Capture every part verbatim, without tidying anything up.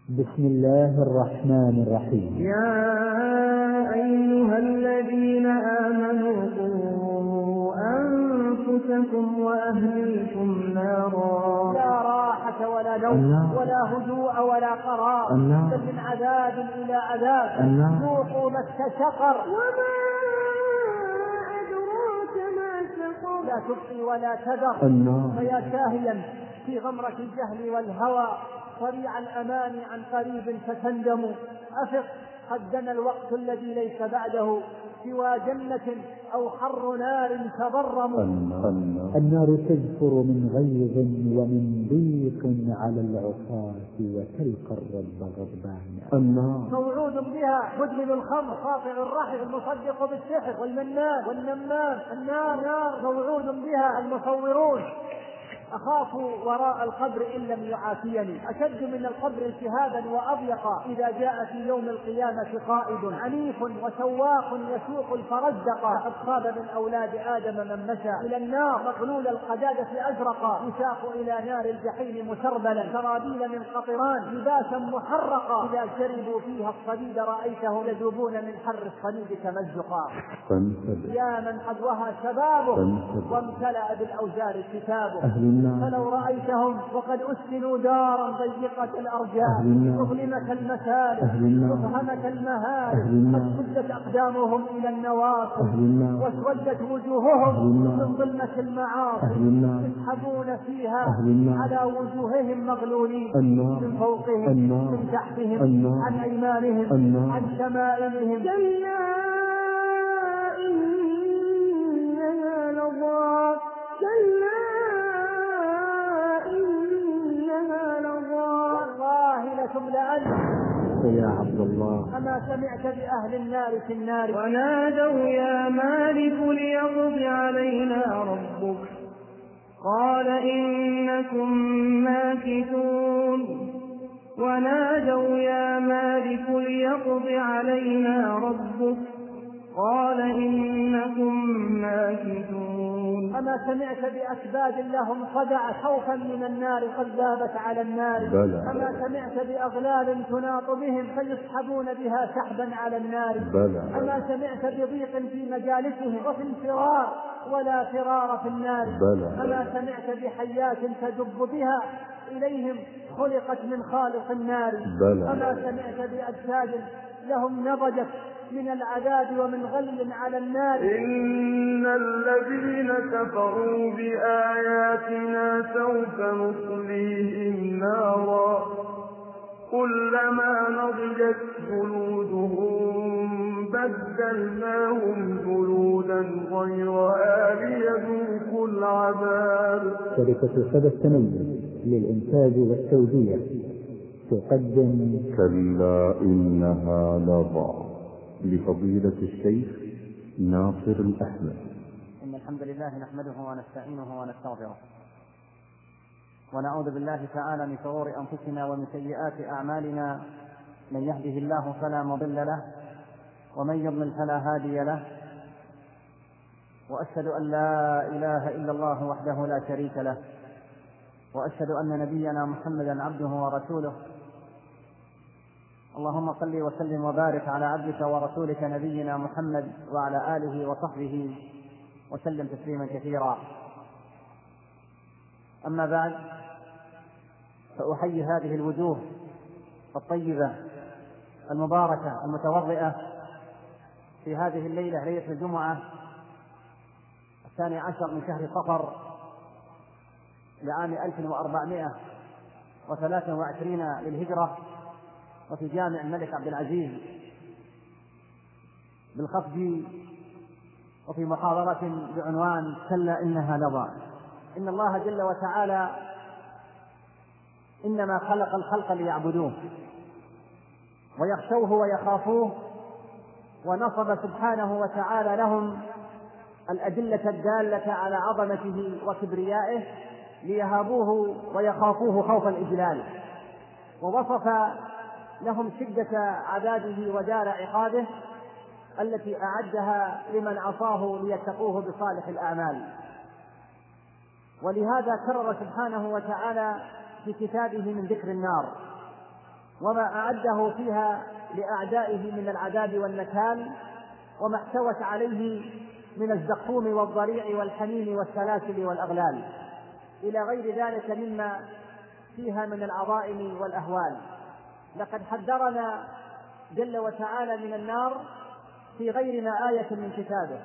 بسم الله الرحمن الرحيم. يا أيها الذين آمنوا قوا أنفسكم وأهليكم نارا. لا راحة ولا نوم ولا هدوء ولا قرار، بل من عذاب إلى عذاب. ذوقوا مس سقر. وما أدراك ما سقر. لا تبقي ولا تذر. فيا ساهيا في غمرة الجهل والهوى صريع الأمان عن قريب فتندم. أفق، قد دنا الوقت الذي ليس بعده سوى جنة أو حر نار تضرم. النار تزفر من غيظ ومن ضيق على العصاة وتلقى الرب غضبان. النار موعود بها مدمن الخمر قاطع الرحم المصدق بالسحر والمنان والنمام. النار نار موعود بها المصورون. أخاف وراء القبر إن لم يعافيني، أشد من القبر التهابا وأضيق إذا جاء في يوم القيامة قائد عنيف وسواق يسوق الفرزدق. قد خاب من أولاد آدم من مشى إلى النار مغلول القدادة أزرق، يساق إلى نار الجحيم مسربلا سرابيل من قطران لباسا محرقا. إذا شربوا فيها الصديد رأيتهم يذوبون من حر الصديد تمزقا. يا من قد وهى شبابه وامتلأ بالأوزار كتابه، فلو رأيتهم وقد أسكنوا دارا ضيقة الأرجاء مظلمة المسالك مفهمة المهالك، قد شدت أقدامهم إلى النواصي واسودت وجوههم من ظلمة المعاصي، يسحبون فيها على وجوههم مغلولين، من فوقهم من تحتهم عن أيمانهم عن شمائلهم. كلا إنها لظى. كلا لتملأن. يا عبد الله، أما سمعت بأهل النار في النار ونادوا يا مالك ليقض علينا ربك قال إنكم ماكثون. ونادوا يا مالك ليقض علينا ربك قال إنكم ماكثون. أما سمعت بأسباب لهم صدع خوفا من النار قد ذابت على النار. بلى. أما سمعت بأغلال تناط بهم فيسحبون بها سحبا على النار. بلى. أما سمعت بضيق في مجالسهم وفي انفرار ولا فرار في النار. بلى. أما سمعت بحيات تدب بها إليهم خلقت من خالق النار. بلى. أما سمعت بأجساد لهم نضجت من العذاب ومن غل على النار. إن الذين كفروا بآياتنا سوف نصليهم نارا كلما نضجت جلودهم بدلناهم جلودا غيرها ليذوقوا العذاب. شركة سبا التميز للإنتاج والتوزيع تقدم كلا إنها لظى لفضيلة الشيخ ناصر الأحمد. إن الحمد لله نحمده ونستعينه ونستغفره ونعوذ بالله تعالى من شرور أنفسنا ومن سيئات أعمالنا. من يهده الله فلا مضل له ومن يضلل فلا هادي له. وأشهد أن لا إله إلا الله وحده لا شريك له، وأشهد أن نبينا محمدا عبده ورسوله. اللهم صل وسلم وبارك على عبدك ورسولك نبينا محمد وعلى آله وصحبه وسلم تسليما كثيرا. أما بعد، فأحيي هذه الوجوه الطيبة المباركة المتوضئة في هذه الليلة، ليلة الجمعة الثاني عشر من شهر صفر لعام ألف وأربعمائة وثلاثة وعشرين للهجرة، وفي جامع الملك عبد العزيز بالخفج، وفي محاضرة بعنوان كلا إنها لظى. إن الله جل وتعالى إنما خلق الخلق ليعبدوه ويخشوه ويخافوه، ونصب سبحانه وتعالى لهم الأدلة الدالة على عظمته وكبريائه ليهابوه ويخافوه خوف الإجلال، ووصف لهم شدة عذابه ودار عقابه التي أعدها لمن عصاه ليتقوه بصالح الأعمال. ولهذا كرر سبحانه وتعالى في كتابه من ذكر النار وما أعده فيها لأعدائه من العذاب والنكال، وما احتوت عليه من الزقوم والضريع والحميم والسلاسل والأغلال، إلى غير ذلك مما فيها من العظائم والأهوال. لقد حذرنا جل وتعالى من النار في غير ما آية من كتابه،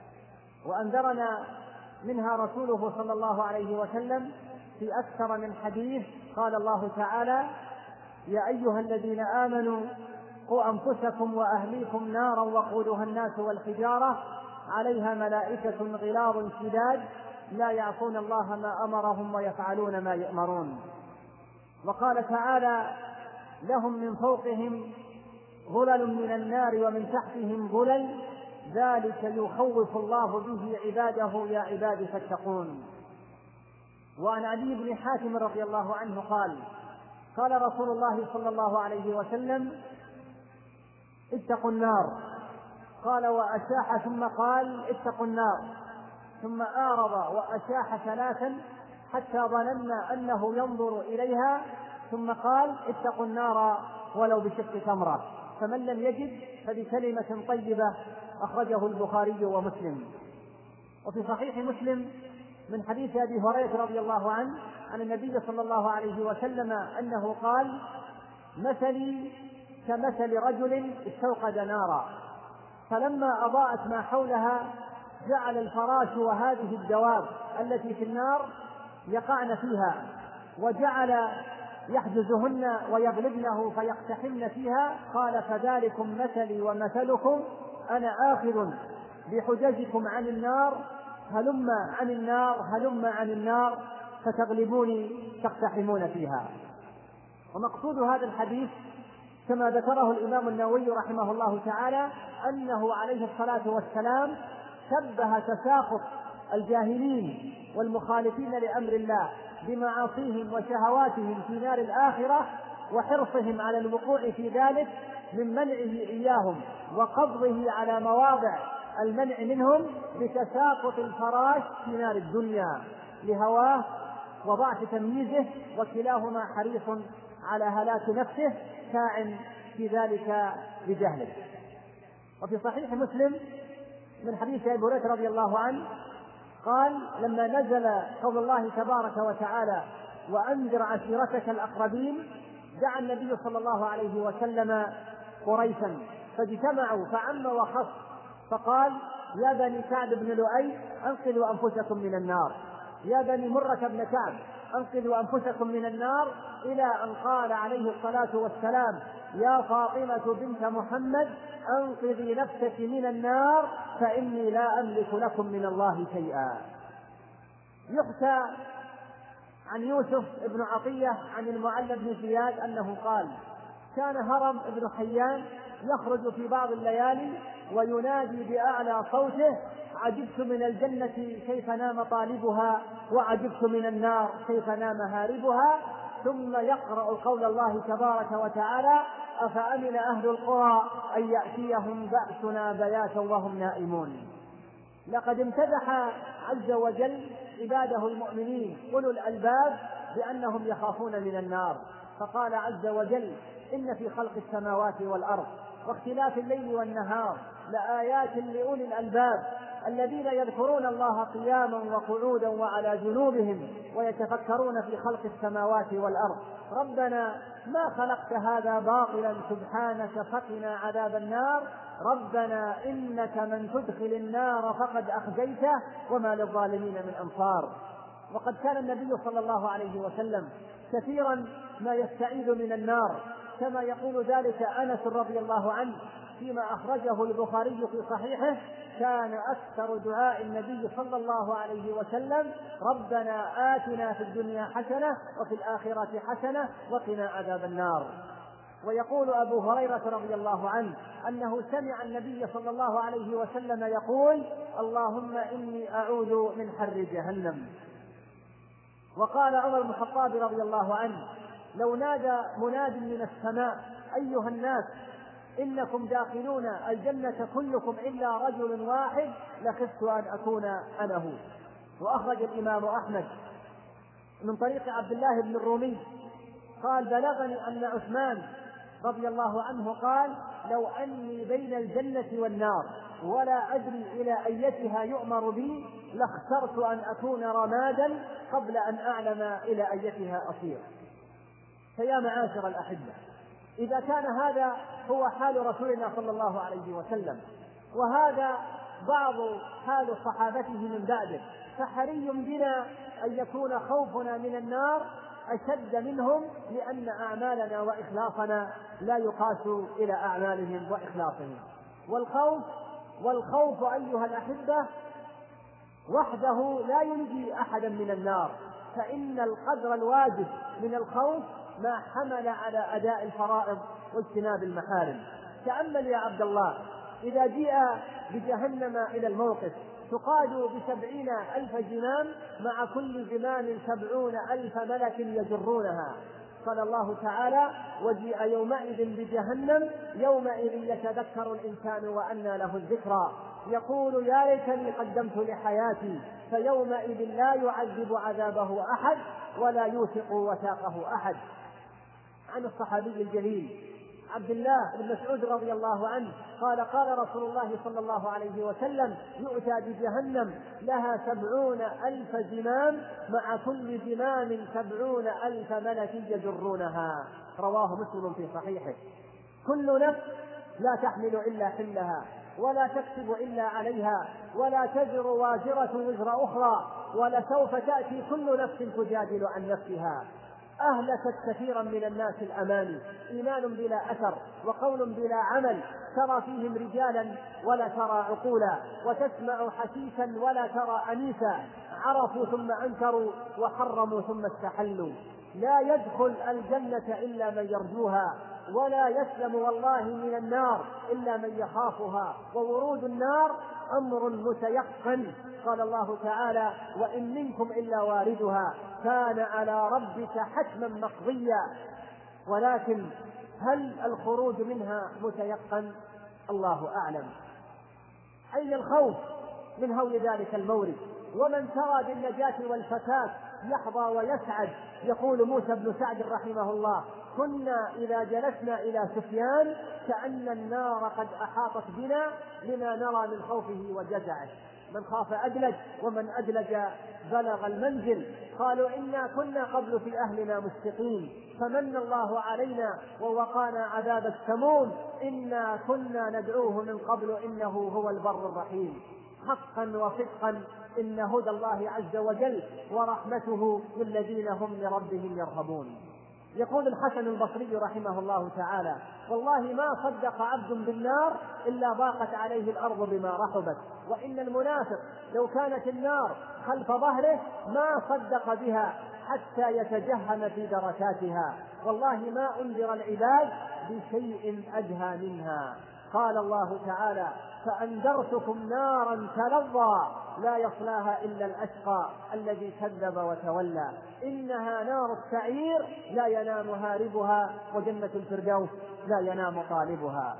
وأنذرنا منها رسوله صلى الله عليه وسلم في أكثر من حديث. قال الله تعالى: يا أيها الذين آمنوا قوا أنفسكم وأهليكم نارا وقودها الناس والحجارة عليها ملائكة غلاظ شداد لا يعصون الله ما أمرهم ويفعلون ما يؤمرون. وقال تعالى: لهم من فوقهم ظلل من النار ومن تحتهم ظلل ذلك يخوف الله به عباده يا عباد فاتقون. وعن علي بن حاتم رضي الله عنه قال: قال رسول الله صلى الله عليه وسلم: اتقوا النار. قال وأشاح ثم قال: اتقوا النار، ثم أعرض وأشاح ثلاثا حتى ظننا أنه ينظر إليها، ثم قال: اتقوا النار ولو بشق تمرة، فمن لم يجد فبكلمة طيبة. أخرجه البخاري ومسلم. وفي صحيح مسلم من حديث أبي هريرة رضي الله عنه عن النبي صلى الله عليه وسلم أنه قال: مثلي كمثل رجل استوقد نارا فلما أضاءت ما حولها جعل الفراش وهذه الدواب التي في النار يقعن فيها، وجعل يحجزهن ويغلبنه فيقتحمن فيها. قال: فذلكم مثلي ومثلكم، أنا آخذ بحججكم عن النار، هلم عن النار هلم عن النار فتغلبوني تقتحمون فيها. ومقصود هذا الحديث كما ذكره الإمام النووي رحمه الله تعالى أنه عليه الصلاة والسلام شبه تساقط الجاهلين والمخالفين لأمر الله بمعاصيهم وشهواتهم في نار الآخرة، وحرصهم على الوقوع في ذلك من منعه إياهم وقبضه على مواضع المنع منهم بتساقط الفراش في نار الدنيا لهواه وضعف تمييزه، وكلاهما حريص على هلاك نفسه ساع في ذلك بجهله. وفي صحيح مسلم من حديث أبي هريرة رضي الله عنه قال: لما نزل قول الله تبارك وتعالى: وأنذر عشيرتك الأقربين، دعا النبي صلى الله عليه وسلم قريشا فاجتمعوا فعم وخص، فقال: يا بني كعب بن لؤي أنقذوا أنفسكم من النار، يا بني مرة بن كعب أنقذوا أنفسكم من النار، إلى أن قال عليه الصلاة والسلام: يا فاطمة بنت محمد أنقذي نفسك من النار فإني لا أملك لكم من الله شيئا. يحكى عن يوسف بن عطية عن المعلى بن زياد أنه قال: كان هرم بن حيان يخرج في بعض الليالي وينادي بأعلى صوته: عجبت من الجنة كيف نام طالبها، وعجبت من النار كيف نام هاربها. ثم يقرأ قول الله تبارك وتعالى: أفأمن أهل القرى أن يأتيهم بأسنا بياتا وهم نائمون. لقد امتدح عز وجل عباده المؤمنين أولو الألباب بأنهم يخافون من النار، فقال عز وجل: إن في خلق السماوات والأرض واختلاف الليل والنهار لآيات لأولي الألباب الذين يذكرون الله قياما وقعودا وعلى جنوبهم ويتفكرون في خلق السماوات والأرض ربنا ما خلقت هذا باطلا سبحانك فقنا عذاب النار ربنا إنك من تدخل النار فقد أخزيته وما للظالمين من أنصار. وقد كان النبي صلى الله عليه وسلم كثيرا ما يستعيذ من النار، كما يقول ذلك أنس رضي الله عنه فيما أخرجه البخاري في صحيحه: كان أكثر دعاء النبي صلى الله عليه وسلم: ربنا آتنا في الدنيا حسنة وفي الآخرة حسنة وقنا عذاب النار. ويقول أبو هريرة رضي الله عنه أنه سمع النبي صلى الله عليه وسلم يقول: اللهم إني أعوذ من حر جهنم. وقال عمر بن الخطاب رضي الله عنه: لو نادى مناد من السماء أيها الناس إنكم داخلون الجنة كلكم إلا رجل واحد لخفت أن أكون أنا هو. وأخرج الإمام أحمد من طريق عبد الله بن الرومي قال: بلغني أن عثمان رضي الله عنه قال: لو أني بين الجنة والنار ولا أدري إلى أيتها يؤمر بي لاخترت أن أكون رمادا قبل أن أعلم إلى أيتها أصير. فيا معاشر الأحبة، إذا كان هذا هو حال رسولنا صلى الله عليه وسلم، وهذا بعض حال صحابته من بعده، فحري بنا أن يكون خوفنا من النار أشد منهم، لأن أعمالنا وإخلاصنا لا يقاس إلى أعمالهم وإخلاصهم. والخوف والخوف أيها الأحبة وحده لا ينجي أحدا من النار، فإن القدر الواجب من الخوف ما حمل على أداء الفرائض واجتناب المحارم. تأمل يا عبد الله، إذا جيء بجهنم إلى الموقف تقاد بسبعين ألف زمام، مع كل زمام سبعون ألف ملك يجرونها. قال الله تعالى: وجيء يومئذ بجهنم يومئذ يتذكر الإنسان وأنى له الذكرى يقول يا ليتني قدمت لحياتي، فيومئذ لا يعذب عذابه أحد ولا يوثق وثاقه أحد. عن الصحابي الجليل عبد الله بن مسعود رضي الله عنه قال: قال رسول الله صلى الله عليه وسلم: يؤتى بجهنم لها سبعون ألف زمام، مع كل زمام سبعون ألف ملك يجرونها. رواه مسلم في صحيحه. كل نفس لا تحمل إلا حملها، ولا تكسب إلا عليها، ولا تزر وازرة وزر أخرى، ولسوف تأتي كل نفس تجادل عن نفسها. أهلكت كثيرا من الناس الأماني، إيمان بلا أثر وقول بلا عمل، ترى فيهم رجالا ولا ترى عقولا، وتسمع حسيسا ولا ترى أنيسا، عرفوا ثم أنكروا وحرموا ثم استحلوا. لا يدخل الجنة إلا من يرجوها، ولا يسلم والله من النار إلا من يخافها، وورود النار أمر متيقن. قال الله تعالى: وإن منكم إلا واردها كان على ربك حتما مقضيا. ولكن هل الخروج منها متيقن؟ الله أعلم. أين الخوف من هول ذلك المورد؟ ومن ترى بالنجاة والفتاة يحظى ويسعد. يقول موسى بن سعد رحمه الله: كنا إذا جلسنا إلى سفيان كأن النار قد أحاطت بنا لما نرى من خوفه وجزعه. من خاف أدلج، ومن أدلج بلغ المنزل. قالوا: إنا كنا قبل في أهلنا مشفقين فمن الله علينا ووقانا عذاب السموم، إنا كنا ندعوه من قبل إنه هو البر الرحيم. حقا وصدقا إن هدى الله عز وجل ورحمته للذين هم لربهم يرهبون. يقول الحسن البصري رحمه الله تعالى: والله ما صدق عبد بالنار إلا ضاقت عليه الأرض بما رحبت. وإن المنافق لو كانت النار خلف ظهره ما صدق بها حتى يتجهم في دركاتها. والله ما أنذر العباد بشيء أدهى منها. قال الله تعالى: فأنذرتكم نارا تلظى لا يصلاها إلا الأشقى الذي كذب وتولى. إنها نار السعير لا ينام هاربها، وجنة الفردوس لا ينام طالبها.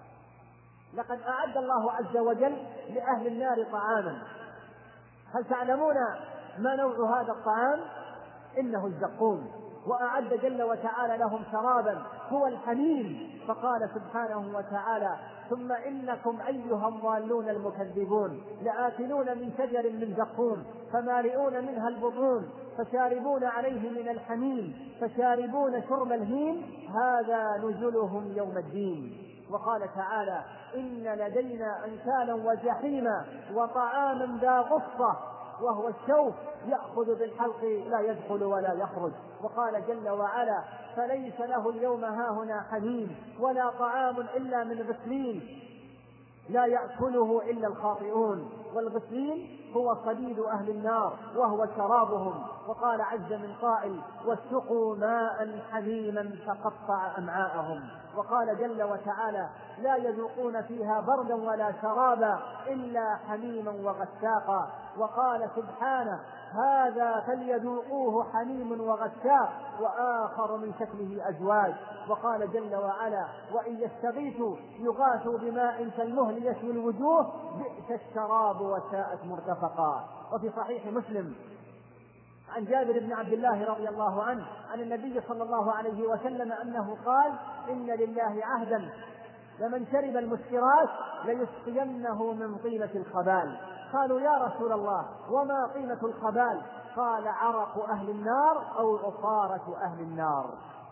لقد أعد الله عز وجل لأهل النار طعاما. هل تعلمون ما نوع هذا الطعام؟ إنه الزقوم. وأعد جل وتعالى لهم شرابا هو الحميم. فقال سبحانه وتعالى: ثم إنكم أيها الضالون المكذبون لآكلون من شجر من زقوم فمالئون منها البطون فشاربون عليه من الحميم فشاربون شرب الهيم هذا نزلهم يوم الدين. وقال تعالى: إن لدينا أنكالا وجحيما وطعاما ذا غصة وهو الشوك يأخذ بالحلق لا يدخل ولا يخرج. وقال جل وعلا: فليس له اليوم هاهنا حميم ولا طعام إلا من غسلين لا يأكله إلا الخاطئون. والغسلين هو صديد أهل النار وهو شرابهم. وقال عز من قائل: واسقوا ماء حميما فقطع أمعاءهم. وقال جل وتعالى: لا يذوقون فيها بردا ولا شرابا إلا حميما وغساقا. وقال سبحانه: هذا فليذوقوه حميم وغساق وآخر من شكله أزواج. وقال جل وعلا: وإن يستغيثوا يغاثوا بماء كالمهل يشوي الوجوه بئس الشراب وساءت مرتفقا. وفي صحيح مسلم عن جابر بن عبد الله رضي الله عنه عن النبي صلى الله عليه وسلم أنه قال: إن لله عهدا لمن شرب المسكرات ليسقينه من طينة الخبال. قالوا: يا رسول الله وما طينة الخبال؟ قال: عرق أهل النار أو عصارة أهل النار.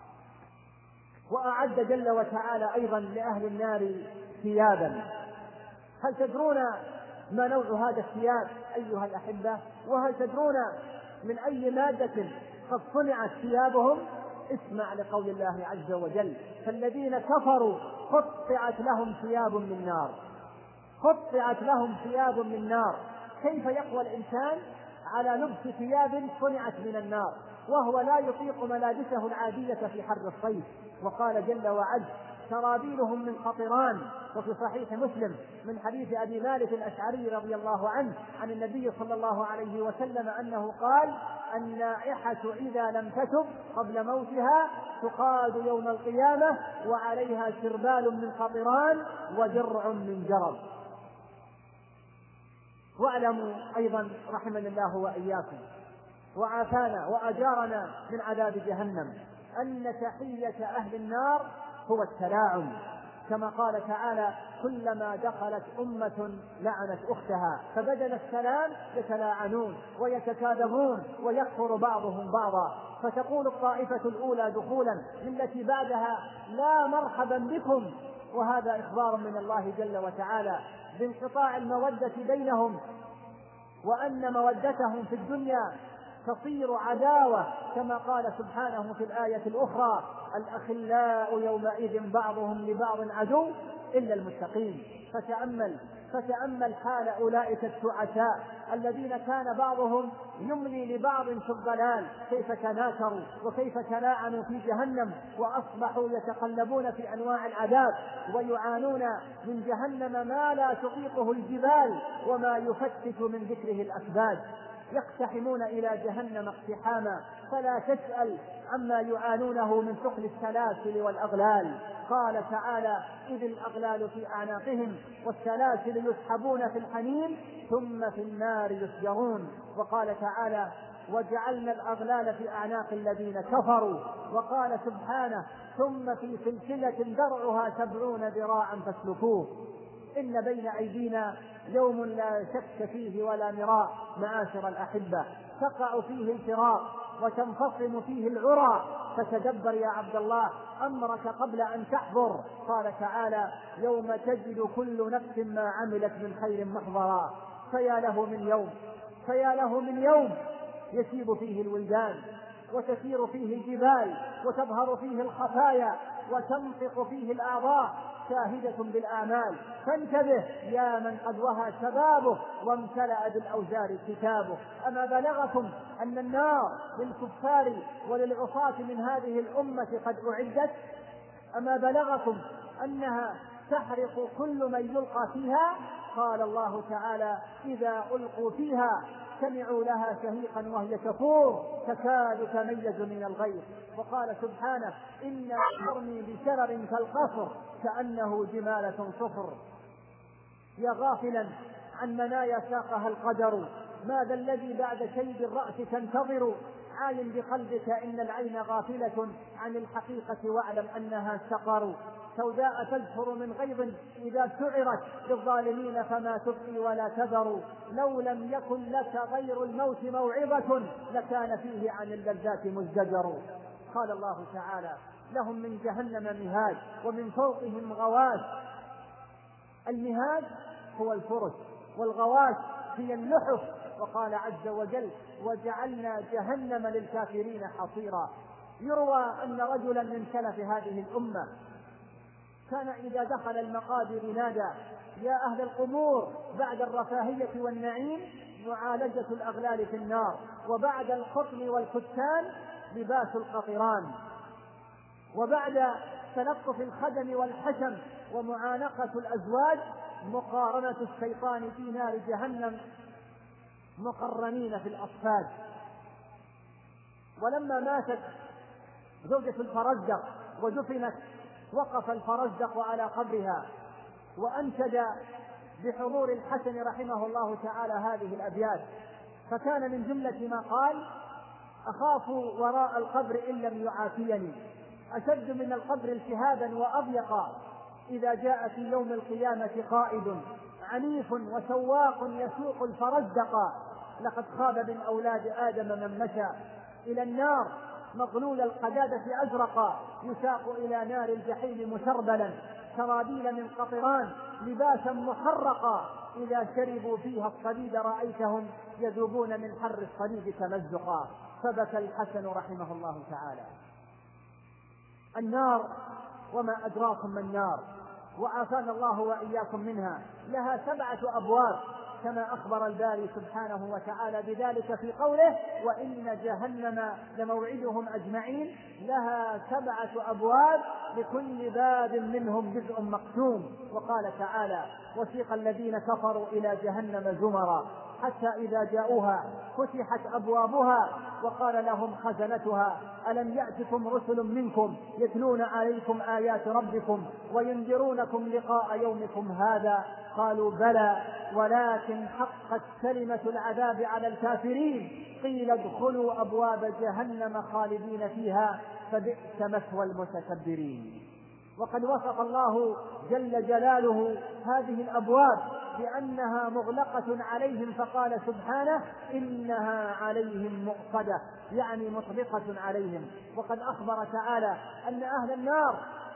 وأعد جل وتعالى أيضا لأهل النار ثيابا. هل تدرون ما نوع هذا الثياب أيها الأحبة؟ وهل تدرون من أي مادة قد صنعت ثيابهم؟ اسمع لقول الله عز وجل: فالذين كفروا قطعت لهم ثياب من نار. قطعت لهم ثياب من نار. كيف يقوى الإنسان على لبس ثياب صنعت من النار وهو لا يطيق ملابسه العادية في حر الصيف؟ وقال جل وعز: سرابيلهم من قطران. وفي صحيح مسلم من حديث أبي مالك الأشعري رضي الله عنه عن النبي صلى الله عليه وسلم أنه قال: النائحة إذا لم تتب قبل موتها تقاد يوم القيامة وعليها سربال من قطران ودرع من جرب. واعلموا أيضا رحمنا الله وإياكم وعافانا وأجارنا من عذاب جهنم أن تحية أهل النار هو التلاعن، كما قال تعالى: كلما دخلت أمة لعنت أختها فبدل السلام يتلاعنون ويتكاذبون ويكفر بعضهم بعضا، فتقول الطائفة الأولى دخولا للتي بعدها: لا مرحبا بكم. وهذا إخبار من الله جل وتعالى بانقطاع المودة بينهم، وأن مودتهم في الدنيا تصير عداوة، كما قال سبحانه في الآية الأخرى: الأخلاء يومئذ بعضهم لبعض عدو إلا المتقين. فتأمل فتأمل حال أولئك السعساء الذين كان بعضهم يملي لبعض في الضلال، كيف تناكروا وكيف تلاعنوا في جهنم، وأصبحوا يتقلبون في أنواع العذاب ويعانون من جهنم ما لا تطيقه الجبال وما يفتت من ذكره الأسباب. يقتحمون إلى جهنم اقتحاما فلا تسأل عما يعانونه من ثقل السلاسل والأغلال. قال تعالى: إذ الأغلال في أعناقهم والسلاسل يسحبون في الحميم ثم في النار يسجرون. وقال تعالى: وجعلنا الأغلال في أعناق الذين كفروا. وقال سبحانه: ثم في سلسلة درعها سبعون ذراعا فاسلكوه. إن بين أيدينا يوم لا شك فيه ولا مراء معاشر الأحبة، تقع فيه الفراق وتنفصم فيه العرى. فتدبر يا عبد الله أمرك قبل أن تحضر. قال تعالى: يوم تجد كل نفس ما عملت من خير محضرا. فيا له من يوم فيا له من يوم يسيب فيه الولدان وتسير فيه الجبال وتظهر فيه الخفايا وتنطق فيه الأعضاء شاهدة بالآمال. فانتبه يا من قد وهى شبابه وامتلأ بالأوزار كتابه. أما بلغكم أن النار للكفار وللعصاة من هذه الأمة قد أعدت؟ أما بلغكم أنها تحرق كل من يلقى فيها؟ قال الله تعالى: إذا ألقوا فيها سمعوا لها شهيقا وهي تفور تكاد تميز من الغيظ. وقال سبحانه: إنا نرمي بشرر كالقصر كأنه جمالة صفر. يا غافلا عن منايا ساقها القدر، ماذا الذي بعد شيب الرأس تنتظر؟ عالم بقلبك إن العين غافلة عن الحقيقة واعلم أنها سقر. سوداء تزهر من غيظ إذا سعرت للظالمين فما تبقي ولا تذر. لو لم يكن لك غير الموت موعظة لكان فيه عن اللذات مزدجر. قال الله تعالى: لهم من جهنم مهاد ومن فوقهم غواش. المهاد هو الفرش والغواش هي اللحف. وقال عز وجل: وجعلنا جهنم للكافرين حصيرا. يروى أن رجلا من سلف هذه الأمة كان إذا دخل المقابر نادى: يا أهل القبور، بعد الرفاهية والنعيم معالجة الأغلال في النار، وبعد القطن والكتان لباس القطران، وبعد تلطف الخدم والحشم ومعانقة الأزواج مقارنة الشيطان في نار جهنم مقرنين في الأصفاد. ولما ماتت زوجة الفرزدق ودفنت وقف الفرزدق على قبرها وأنشد بحضور الحسن رحمه الله تعالى هذه الأبيات. فكان من جملة ما قال: أخاف وراء القبر إن لم يعافيني، أشد من القبر التهابا وأضيقا، إذا جاء في يوم القيامة قائد عنيف وسواق يسوق الفرزدقا، لقد خاب من أولاد آدم من مشى إلى النار مظلول القدادة أزرقا، يساق إلى نار الجحيم مسربلا، سرابيل من قطران لباسا محرقا، إذا شربوا فيها الصديد رأيتهم يذوبون من حر الصديد تمزقا. فبكى الحسن رحمه الله تعالى. النار وما أدراكم ما النار، وعافانا الله وإياكم منها، لها سبعة أبواب كما أخبر الباري سبحانه وتعالى بذلك في قوله: وإن جهنم لموعدهم أجمعين، لها سبعة أبواب لكل باب منهم جزء مقسوم. وقال تعالى: وسيق الذين كفروا إلى جهنم زمرا حتى إذا جاءوها فتحت أبوابها وقال لهم خزنتها ألم يأتكم رسل منكم يتلون عليكم آيات ربكم وينذرونكم لقاء يومكم هذا؟ قالوا بلى ولكن حقت كلمة العذاب على الكافرين قيل ادخلوا أبواب جهنم خالدين فيها فبئس مثوى المتكبرين. وقد وصف الله جل جلاله هذه الأبواب بأنها مغلقة عليهم، فقال سبحانه: إنها عليهم مؤصدة، يعني مطبقة عليهم. وقد أخبر تعالى أن أهل النار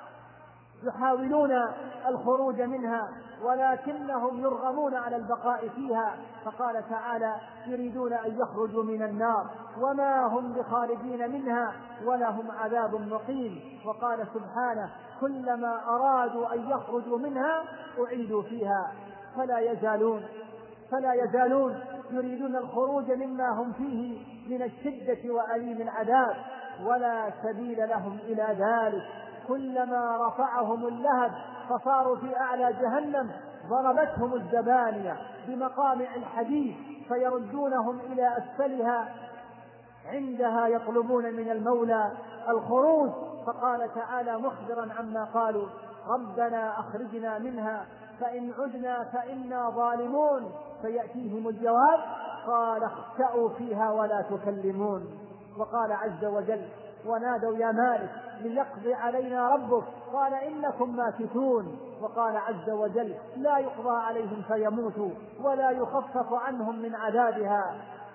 يحاولون الخروج منها ولكنهم يرغمون على البقاء فيها، فقال تعالى: يريدون أن يخرجوا من النار وما هم بخارجين منها ولهم عذاب مقيم. وقال سبحانه: كلما أرادوا أن يخرجوا منها أعيدوا فيها فلا يزالون فلا يزالون يريدون الخروج مما هم فيه من الشدة وأليم العذاب ولا سبيل لهم إلى ذلك. كلما رفعهم اللهب فصاروا في أعلى جهنم ضربتهم الزبانية بمقامع الحديد فيردونهم إلى أسفلها، عندها يطلبون من المولى الخروج. فقال تعالى مخبرا عما قالوا: ربنا أخرجنا منها فإن عدنا فإنا ظالمون. فيأتيهم الجواب: قال اخسأوا فيها ولا تكلمون. وقال عز وجل: ونادوا يا مالك ليقضي علينا ربك قال إنكم ماكثون. وقال عز وجل: لا يقضى عليهم فيموتوا ولا يخفف عنهم من عذابها.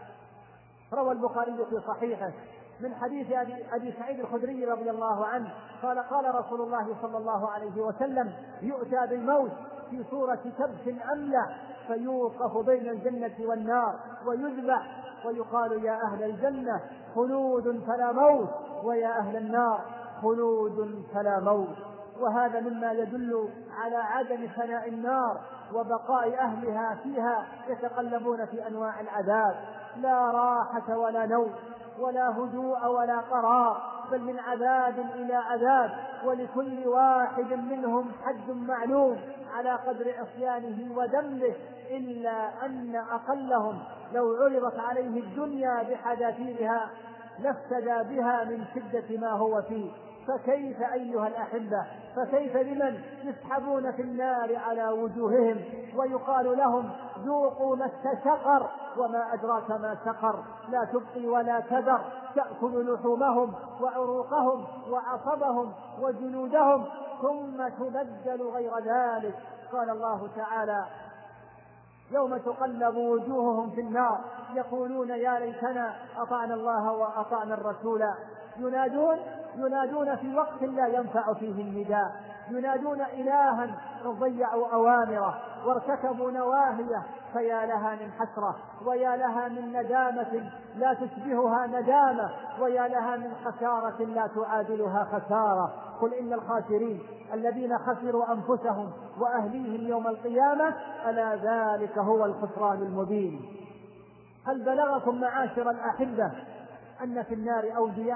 روى البخاري في صحيحه من حديث أبي سعيد الخدري رضي الله عنه قال: قال رسول الله صلى الله عليه وسلم: يؤتى بالموت في صورة كبش أملح فيوقف بين الجنة والنار ويذبح ويقال: يا أهل الجنة خلود فلا موت، ويا أهل النار خلود فلا موت. وهذا مما يدل على عدم فناء النار وبقاء أهلها فيها يتقلبون في أنواع العذاب، لا راحة ولا نوم ولا هدوء ولا قرار، بل من عذاب إلى عذاب، ولكل واحد منهم حد معلوم على قدر عصيانه وذنبه، إلا أن أقلهم لو عرضت عليه الدنيا بحذافيرها لافتدى بها من شدة ما هو فيه. فكيف أيها الأحبة، فكيف بمن يسحبون في النار على وجوههم ويقال لهم: ذوقوا مس سقر، وما أدراك ما سقر، لا تبقي ولا تذر، تأكل لحومهم وعروقهم وعصبهم وجلودهم ثم تبدل غير ذلك. قال الله تعالى: يوم تقلب وجوههم في النار يقولون يا ليتنا أطعنا الله وأطعنا الرسول. ينادون ينادون في وقت لا ينفع فيه النداء، ينادون إلها ضيعوا أوامره وارتكبوا نواهيه، فيا لها من حسرة ويا لها من ندامة لا تشبهها ندامة، ويا لها من خسارة لا تعادلها خسارة. قل إن الخاسرين الذين خسروا أنفسهم وأهليهم يوم القيامة ألا ذلك هو الخسران المبين. هل بلغكم معاشر الأحبة أن في النار أودية؟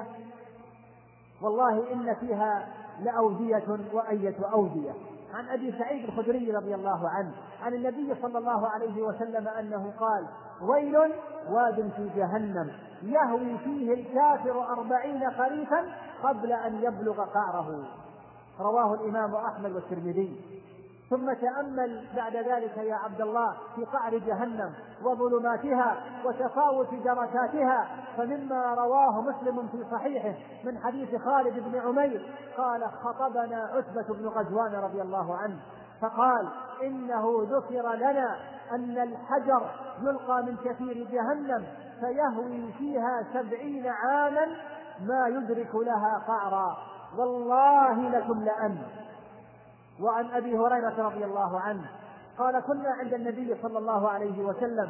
والله إن فيها لأودية وأية أودية. عن أبي سعيد الخدري رضي الله عنه عن النبي صلى الله عليه وسلم أنه قال: ويل واد في جهنم يهوي فيه الكافر أربعين خريفا قبل أن يبلغ قعره. رواه الإمام أحمد والترمذي. ثم تأمل بعد ذلك يا عبد الله في قعر جهنم وظلماتها وتفاوت دركاتها، فمما رواه مسلم في صحيحه من حديث خالد بن عمير قال: خطبنا عتبة بن غزوان رضي الله عنه فقال: إنه ذكر لنا أن الحجر يلقى من كثير جهنم فيهوي فيها سبعين عاما ما يدرك لها قعرا، والله لتملأن. وعن أبي هريرة رضي الله عنه قال: كنا عند النبي صلى الله عليه وسلم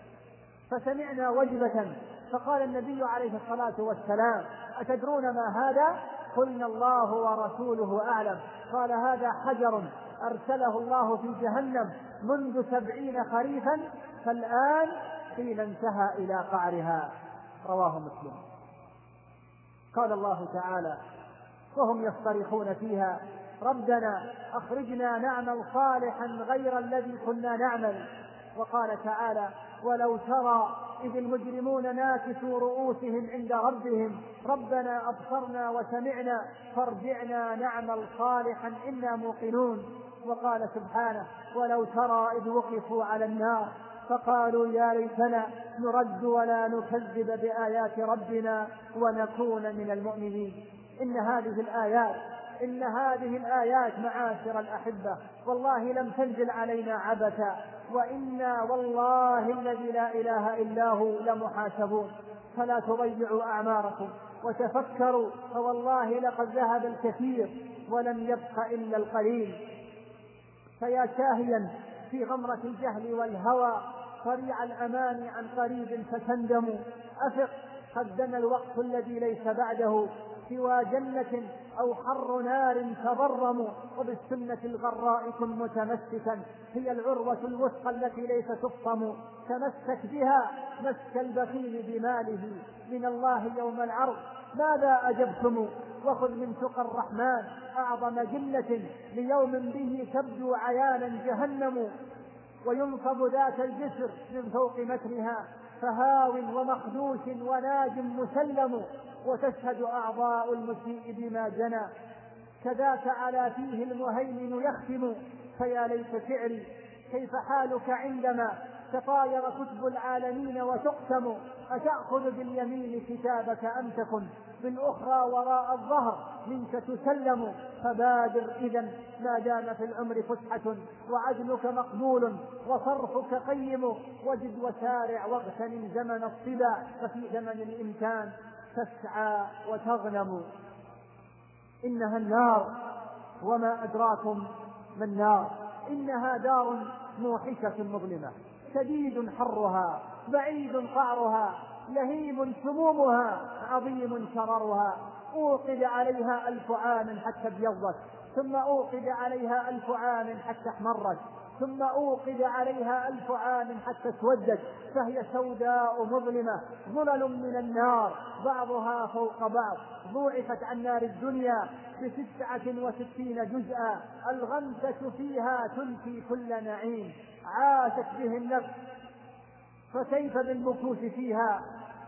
فسمعنا وجبة فقال النبي عليه الصلاة والسلام: أتدرون ما هذا؟ قلنا: الله ورسوله أعلم. قال: هذا حجر أرسله الله في جهنم منذ سبعين خريفا فالآن حين انتهى إلى قعرها. رواه مسلم. قال الله تعالى: وهم يصطرخون فيها ربنا أخرجنا نعمل صالحا غير الذي كنا نعمل. وقال تعالى: ولو ترى إذ المجرمون ناكسوا رؤوسهم عند ربهم ربنا أبصرنا وسمعنا فارجعنا نعمل صالحا إنا موقنون. وقال سبحانه: ولو ترى إذ وقفوا على النار فقالوا يا ليتنا نرد ولا نكذب بآيات ربنا ونكون من المؤمنين. إن هذه الآيات إن هذه الآيات معاشر الأحبة والله لم تنزل علينا عبثا، وإنا والله الذي لا إله إلا هو لمحاسبون. فلا تضيعوا أعماركم وتفكروا، فوالله لقد ذهب الكثير ولم يبق إلا القليل. فيا شاهيا في غمرة الجهل والهوى صريع الأمان عن قريب فتندم، أفق قد دنا الوقت الذي ليس بعده سوى جنة أو حر نار تضرم، وبالسنة الغراء كن متمسكا هي العروة الوثقى التي ليس تفصم. تمسك بها مسك البخيل بماله من الله يوم العرض ماذا أجبتم؟ وخذ من تقى الرحمن أعظم جنة ليوم به تبدو عيانا جهنم، وينصب ذات الجسر من فوق متنها فهاو ومخدوش وناج مسلم، وتشهد أعضاء المسيء بما جنى كذاك على فيه المهيمن يختم. فيا ليت شعري كيف حالك عندما تطاير كتب العالمين وتقسم، أتأخذ باليمين كتابك أم تكن بالأخرى وراء الظهر منك تسلم. فبادر إذا ما دام في العمر فسحة وعدلك مقبول وصرفك قيم، وجد وسارع واغتنم زمن الصبا ففي زمن الإمكان تسعى وتغنم. إنها النار وما أدراكم ما النار، إنها دار موحشة مظلمة شديد حرها بعيد قعرها لهيب سمومها عظيم شررها، أوقد عليها ألف عام حتى ابيضت ثم أوقد عليها ألف عام حتى احمرت ثم أوقد عليها ألف عام حتى اسودت، فهي سوداء مظلمة ظلل من النار بعضها فوق بعض، ضوعفت عن نار الدنيا بتسعة وستين جزءا، الغمسة فيها تنفي كل نعيم عاشت به النفس، فكيف بالمكوث فيها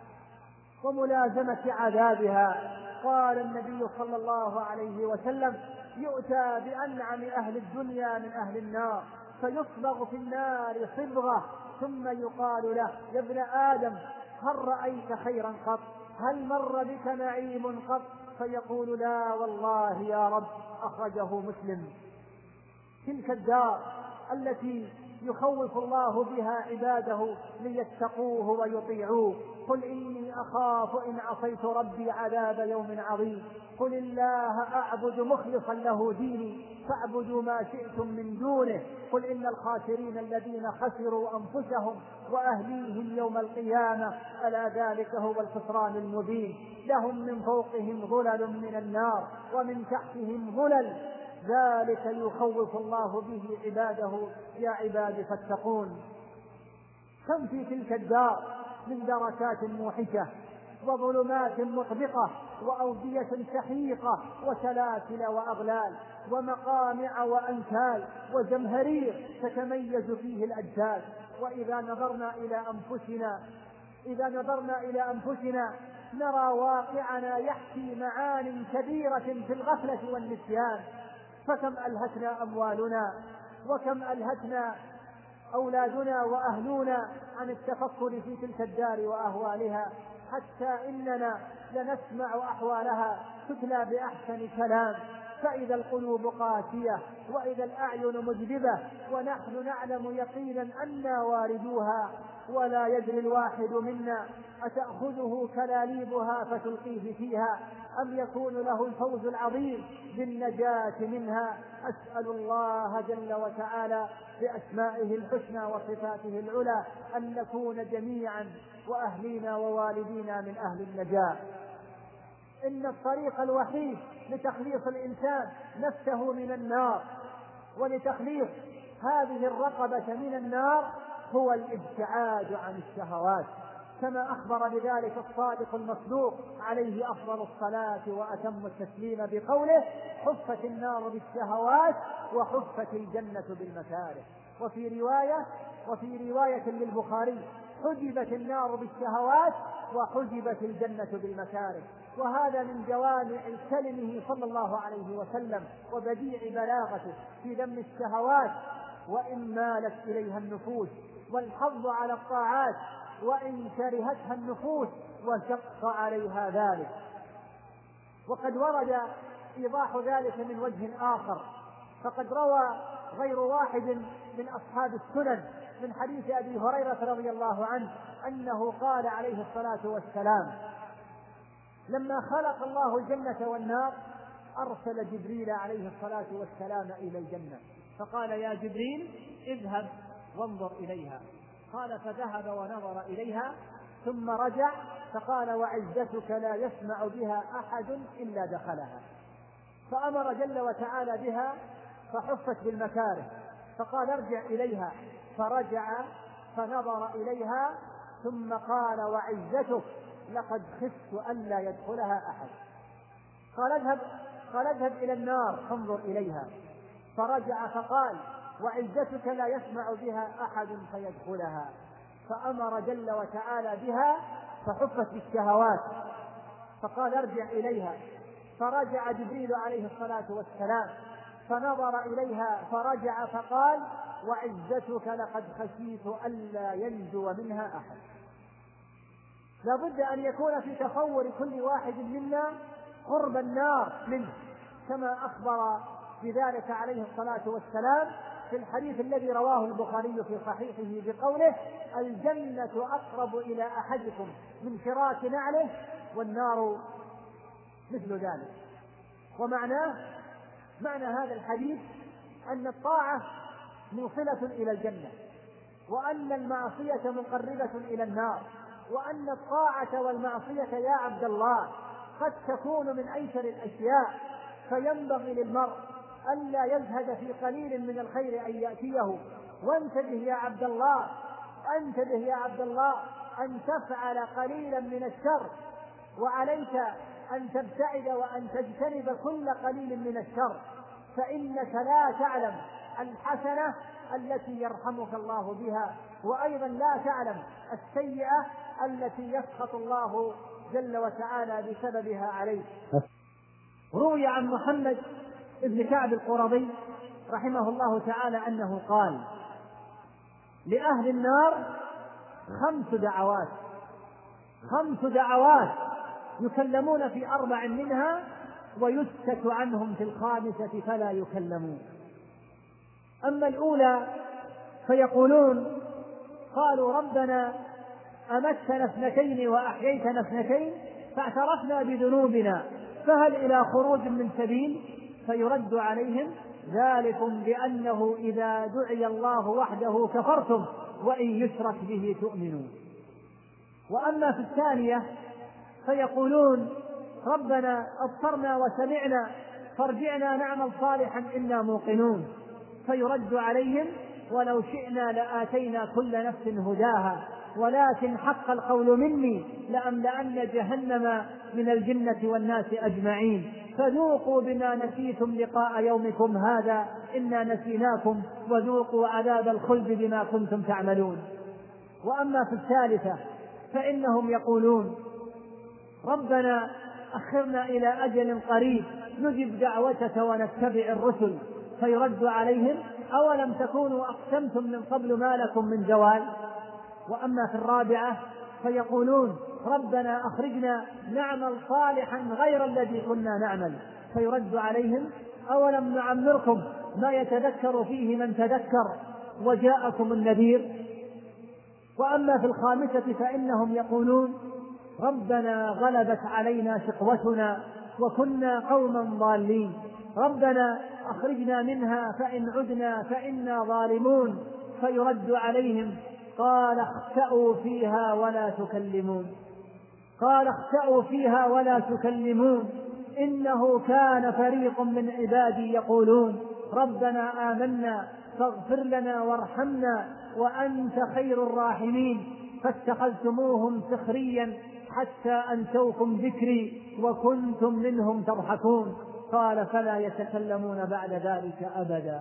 وملازمة عذابها. قال النبي صلى الله عليه وسلم: يؤتى بأنعم أهل الدنيا من أهل النار فيصبغ في النار صبغة ثم يقال له: يا ابن آدم هل رأيت خيرا قط؟ هل مر بك نعيم قط؟ فيقول: لا والله يا رب. أخرجه مسلم. تلك الدار التي يخوف الله بها عباده ليتقوه ويطيعوه. قل إني أخاف إن عصيت ربي عذاب يوم عظيم. قل الله أعبد مخلصا له ديني فاعبدوا ما شئتم من دونه. قل إن الخاسرين الذين خسروا أنفسهم وأهليهم يوم القيامة ألا ذلك هو الخسران المبين. لهم من فوقهم ظلل من النار ومن تحتهم ظلل ذلك يخوف الله به عباده يا عباد فاتقون. كم في تلك الدار من دركات موحشة وظلمات مطبقة وأودية سحيقة وسلاسل وأغلال ومقامع وأنكال وزمهرير تتميز فيه الأجساد. وإذا نظرنا إلى أنفسنا إذا نظرنا إلى أنفسنا نرى واقعنا يحكي معان كبيرة في الغفلة والنسيان. فكم ألهتنا أموالنا وكم ألهتنا أولادنا وأهلنا عن التفكر في تلك الدار وأهوالها، حتى إننا لنسمع أحوالها تتلى بأحسن كلام، فإذا القلوب قاسية وإذا الأعين مجذبة ونحن نعلم يقينا أنا واردوها، ولا يدري الواحد منا أتأخذه كلاليبها فتلقيه فيها أم يكون له الفوز العظيم بالنجاة منها. أسأل الله جل وتعالى بأسمائه الحسنى وصفاته العلى أن نكون جميعا وأهلينا ووالدينا من أهل النجاة. إن الطريق الوحيد لتخليص الإنسان نفسه من النار ولتخليص هذه الرقبة من النار هو الابتعاد عن الشهوات، كما أخبر بذلك الصادق المصدوق عليه أفضل الصلاة وأتم التسليم بقوله: حفت النار بالشهوات وحفت الجنة بالمكاره. وفي رواية وفي رواية للبخاري: حجبت النار بالشهوات وحجبت الجنة بالمكاره. وهذا من جوامع كلمه صلى الله عليه وسلم وبديع بلاغته في ذم الشهوات وإن مالت إليها النفوس، والحظ على الطاعات وإن كرهتها النفوس وشق عليها ذلك. وقد ورد إيضاح ذلك من وجه آخر، فقد روى غير واحد من أصحاب السنن من حديث أبي هريرة رضي الله عنه أنه قال عليه الصلاة والسلام: لما خلق الله الجنة والنار أرسل جبريل عليه الصلاة والسلام إلى الجنة فقال: يا جبريل اذهب وانظر إليها. قال: فذهب ونظر إليها ثم رجع فقال: وعزتك لا يسمع بها أحد إلا دخلها. فأمر جل وتعالى بها فحفت بالمكاره، فقال: ارجع إليها، فرجع فنظر إليها ثم قال: وعزتك لقد خفت ألا يدخلها أحد. قال: اذهب قال اذهب إلى النار فانظر إليها، فرجع فقال: وعزتك لا يسمع بها أحد فيدخلها. فأمر جل وتعالى بها فحفت بالشهوات، فقال: ارجع إليها، فرجع جبريل عليه الصلاة والسلام فنظر إليها فرجع فقال: وعزتك لقد خشيت ألا ينجو منها أحد. لا بد أن يكون في تصور كل واحد منا قرب النار منه، كما أخبر بذلك عليه الصلاة والسلام في الحديث الذي رواه البخاري في صحيحه بقوله: الجنة أقرب إلى أحدكم من شراك نعله والنار مثل ذلك. ومعناه معنى هذا الحديث أن الطاعة موصلة إلى الجنة، وأن المعصية مقربة إلى النار، وأن الطاعة والمعصية يا عبد الله قد تكون من أيسر الأشياء، فينبغي للمرء ألا يزهد في قليل من الخير أن يأتيه. وانتبه يا عبد الله انتبه يا عبد الله أن تفعل قليلا من الشر، وعليك أن تبتعد وأن تجتنب كل قليل من الشر، فإنك لا تعلم الحسنة التي يرحمك الله بها، وأيضا لا تعلم السيئة التي يسخط الله جل وتعالى بسببها عليك. روي عن محمد ابن كعب القرظي رحمه الله تعالى أنه قال: لأهل النار خمس دعوات خمس دعوات يكلمون في أربع منها ويسكت عنهم في الخامسة فلا يكلمون. أما الأولى فيقولون: قالوا ربنا أمتنا اثنتين وأحييتنا اثنتين فاعترفنا بذنوبنا فهل إلى خروج من سبيل؟ فيرد عليهم: ذلكم بأنه إذا دعي الله وحده كفرتم وإن يشرك به تؤمنون. وأما في الثانية فيقولون: ربنا أبصرنا وسمعنا فارجعنا نعمل صالحا إنا موقنون. فيرد عليهم: ولو شئنا لآتينا كل نفس هداها ولكن حق القول مني لأملأن جهنم من الجنة والناس أجمعين فذوقوا بما نسيتم لقاء يومكم هذا إنا نسيناكم وذوقوا عذاب الخلد بما كنتم تعملون. وأما في الثالثة فإنهم يقولون: ربنا أخرنا إلى أجل قريب نجب دعوتك ونتبع الرسل. فيرد عليهم: أولم تكونوا أقسمتم من قبل ما لكم من زوال. وأما في الرابعة فيقولون ربنا أخرجنا نعمل صالحا غير الذي كنا نعمل، فيرد عليهم أولم نعمركم ما يتذكر فيه من تذكر وجاءكم النذير. وأما في الخامسة فإنهم يقولون ربنا غلبت علينا شقوتنا وكنا قوما ضالين، ربنا أخرجنا منها فإن عدنا فإنا ظالمون، فيرد عليهم قال اخسأوا فيها ولا تكلمون قال اخسأوا فيها ولا تكلمون إنه كان فريق من عبادي يقولون ربنا آمنا فاغفر لنا وارحمنا وأنت خير الراحمين، فاتخذتموهم سخريا حتى أنسوكم ذكري وكنتم منهم تضحكون. قال فلا يتكلمون بعد ذلك أبدا.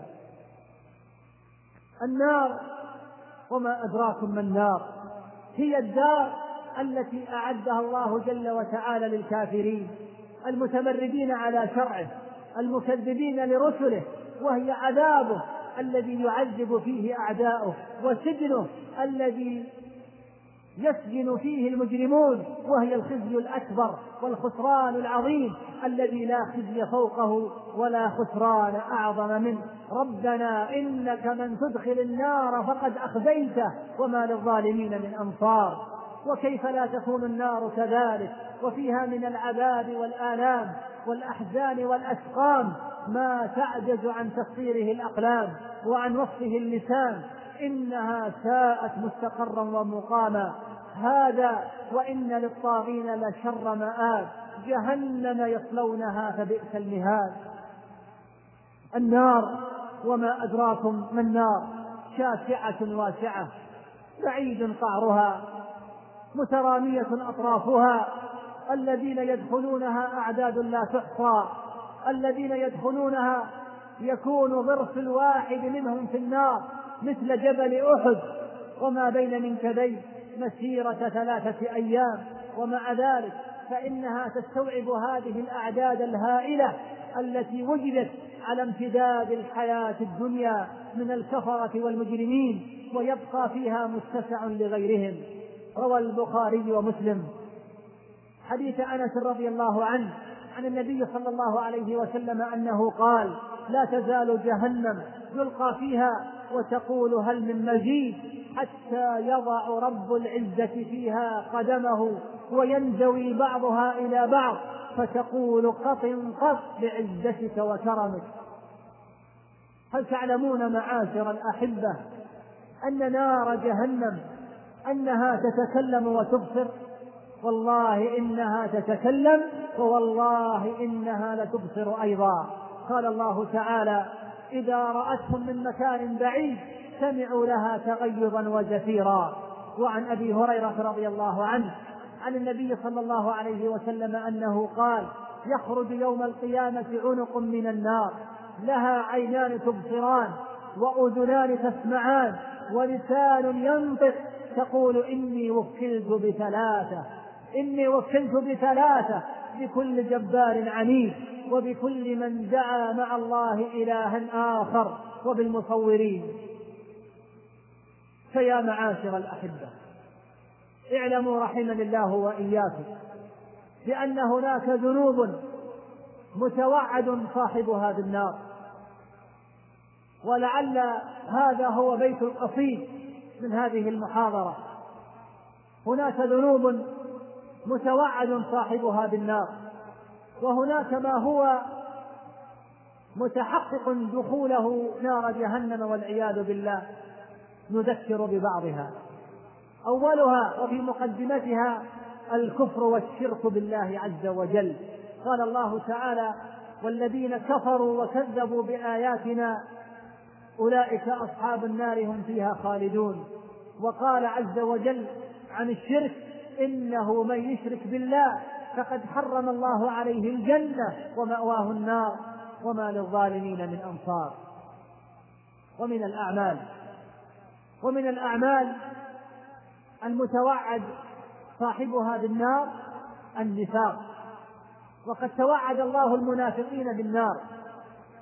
النار وما أدراكم ما النار، هي الدار التي أعدها الله جل وتعالى للكافرين المتمردين على شرعه المكذبين لرسله، وهي عذابه الذي يعذب فيه أعداؤه، وسجنه الذي يسجن فيه المجرمون، وهي الخزي الأكبر والخسران العظيم الذي لا خزي فوقه ولا خسران أعظم منه. ربنا إنك من تدخل النار فقد أخزيته وما للظالمين من أنصار. وكيف لا تكون النار كذلك وفيها من العذاب والآلام والأحزان والأسقام ما تعجز عن تفسيره الأقلام وعن وصفه اللسان. إنها ساءت مستقرا ومقاما. هذا وإن للطاغين لشر مآب، جهنم يصلونها فبئس المهاد. النار وما أدراكم ما النار، شاسعة واسعة، بعيد قعرها، مترامية أطرافها، الذين يدخلونها أعداد لا تحصى، الذين يدخلونها يكون ضرس الواحد منهم في النار مثل جبل أحد وما بين منكبيه مسيرة ثلاثة أيام. ومع ذلك فإنها تستوعب هذه الأعداد الهائلة التي وجدت على امتداد الحياة الدنيا من الكفرة والمجرمين، ويبقى فيها متسع لغيرهم. روى البخاري ومسلم حديث أنس رضي الله عنه عن النبي صلى الله عليه وسلم أنه قال لا تزال جهنم يلقى فيها وتقول هل من مزيد، حتى يضع رب العزة فيها قدمه وينزوي بعضها إلى بعض فتقول قط قط بعزتك وكرمك. هل تعلمون معاشر الأحبة أن نار جهنم أنها تتكلم وتبصر؟ والله إنها تتكلم ووالله إنها لتبصر أيضا. قال الله تعالى إذا رأتهم من مكان بعيد سمعوا لها تغيظا وزفيرا. وعن أبي هريرة رضي الله عنه عن النبي صلى الله عليه وسلم أنه قال يخرج يوم القيامة عنق من النار لها عينان تبصران وأذنان تسمعان ولسان ينطق تقول إني وكلت بثلاثة إني وكلت بثلاثة بكل جبار عنيد وبكل من دعا مع الله إلها آخر وبالمصورين. فيا معاشر الأحبة اعلموا رحمني الله وإياكم بأن هناك ذنوب متوعد صاحبها بالنار، ولعل هذا هو بيت القصيد من هذه المحاضرة. هناك ذنوب متوعد صاحبها بالنار، وهناك ما هو متحقق دخوله نار جهنم والعياذ بالله. نذكر ببعضها. أولها وفي مقدمتها الكفر والشرك بالله عز وجل. قال الله تعالى والذين كفروا وكذبوا بآياتنا أولئك أصحاب النار هم فيها خالدون. وقال عز وجل عن الشرك إنه من يشرك بالله فقد حرم الله عليه الجنة ومأواه النار وما للظالمين من أنصار. ومن الأعمال ومن الأعمال المتوعد صاحبها بالنار النفاق، وقد توعد الله المنافقين بالنار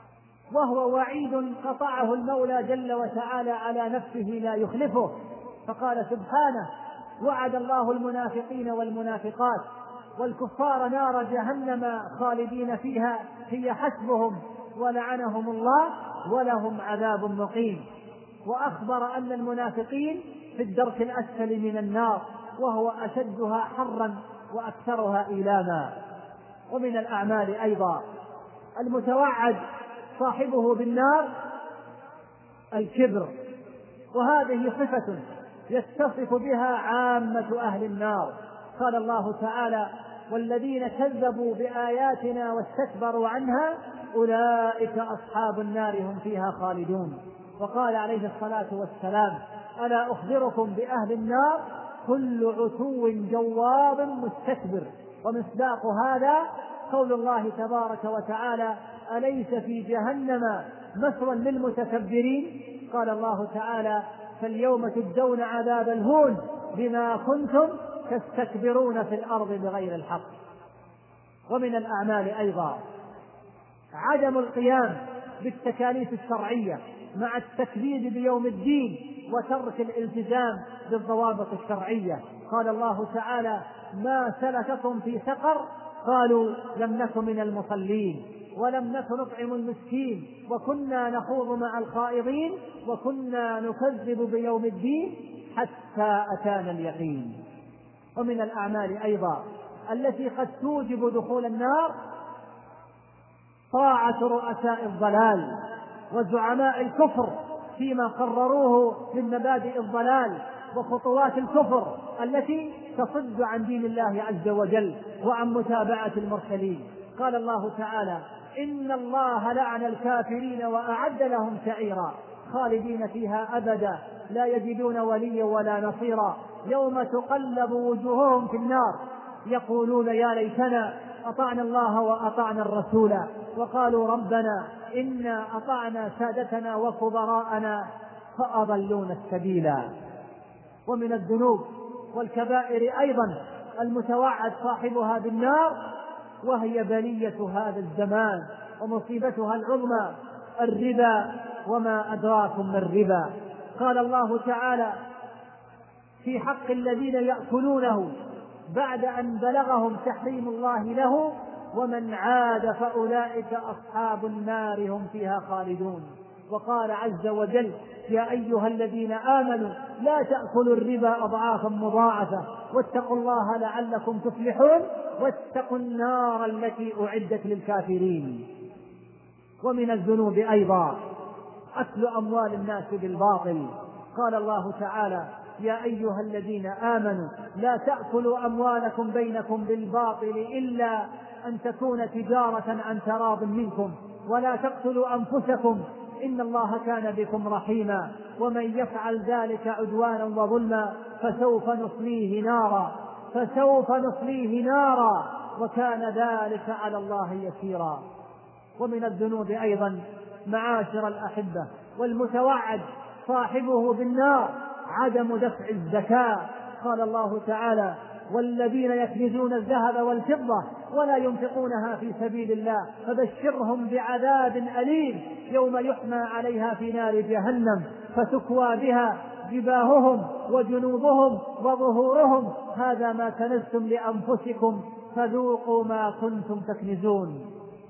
وهو وعيد قطعه المولى جل وتعالى على نفسه لا يخلفه، فقال سبحانه: وعد الله المنافقين والمنافقات والكفار نار جهنم خالدين فيها هي حسبهم ولعنهم الله ولهم عذاب مقيم. وأخبر أن المنافقين في الدرك الأسفل من النار، وهو أشدها حرا وأكثرها إيلاما. ومن الأعمال أيضا المتوعد صاحبه بالنار الكبر، وهذه صفة يتصف بها عامة أهل النار. قال الله تعالى: والذين كذبوا بآياتنا واستكبروا عنها أولئك أصحاب النار هم فيها خالدون. وقال عليه الصلاة والسلام: ألا أخبركم بأهل النار؟ كل عتو جواب مستكبر. ومصداق هذا قول الله تبارك وتعالى: أليس في جهنم مثوى للمتكبرين؟ قال الله تعالى: فاليوم تجزون عذاب الهون بما كنتم تستكبرون في الأرض بغير الحق. ومن الأعمال أيضا عدم القيام بالتكاليف الشرعية مع التكذيب بيوم الدين وترك الالتزام بالضوابط الشرعية. قال الله تعالى: ما سلككم في سقر؟ قالوا لم نكن من المصلين ولم نكن نطعم المسكين وكنا نخوض مع الخائضين وكنا نكذب بيوم الدين حتى أتانا اليقين. ومن الأعمال أيضا التي قد توجب دخول النار طاعة رؤساء الضلال وزعماء الكفر فيما قرروه من مبادئ الضلال وخطوات الكفر التي تصد عن دين الله عز وجل وعن متابعة المرسلين. قال الله تعالى: إن الله لعن الكافرين وأعد لهم سعيرا خالدين فيها أبدا لا يجدون وليا ولا نصيرا يوم تقلب وجوههم في النار يقولون يا ليتنا أطعنا الله وأطعنا الرسول وقالوا ربنا إنا أطعنا سادتنا وكبراءنا فأضلونا السبيلا. ومن الذنوب والكبائر أيضا المتوعد صاحبها بالنار، وهي بلية هذا الزمان ومصيبتها العظمى الربا وما أدراكم ما الربا. قال الله تعالى في حق الذين يأكلونه بعد أن بلغهم تحريم الله له: ومن عاد فأولئك أصحاب النار هم فيها خالدون. وقال عز وجل: يا أيها الذين آمنوا لا تأكلوا الربا أضعافا مضاعفة واتقوا الله لعلكم تفلحون واتقوا النار التي أعدت للكافرين. ومن الذنوب أيضا أكل أموال الناس بالباطل. قال الله تعالى: يا أيها الذين آمنوا لا تأكلوا أموالكم بينكم بالباطل إلا أن تكون تجارة عن تراض منكم ولا تقتلوا أنفسكم إن الله كان بكم رحيما ومن يفعل ذلك عدوانا وظلما فسوف نصليه نارا فسوف نصليه نارا وكان ذلك على الله يسيرا. ومن الذنوب أيضا معاشر الأحبة والمتوعد صاحبه بالنار عدم دفع الزكاة. قال الله تعالى: والذين يكنزون الذهب والفضة ولا ينفقونها في سبيل الله فبشرهم بعذاب أليم يوم يحمى عليها في نار جهنم فتكوى بها جباههم وجنوبهم وظهورهم هذا ما كنزتم لأنفسكم فذوقوا ما كنتم تكنزون.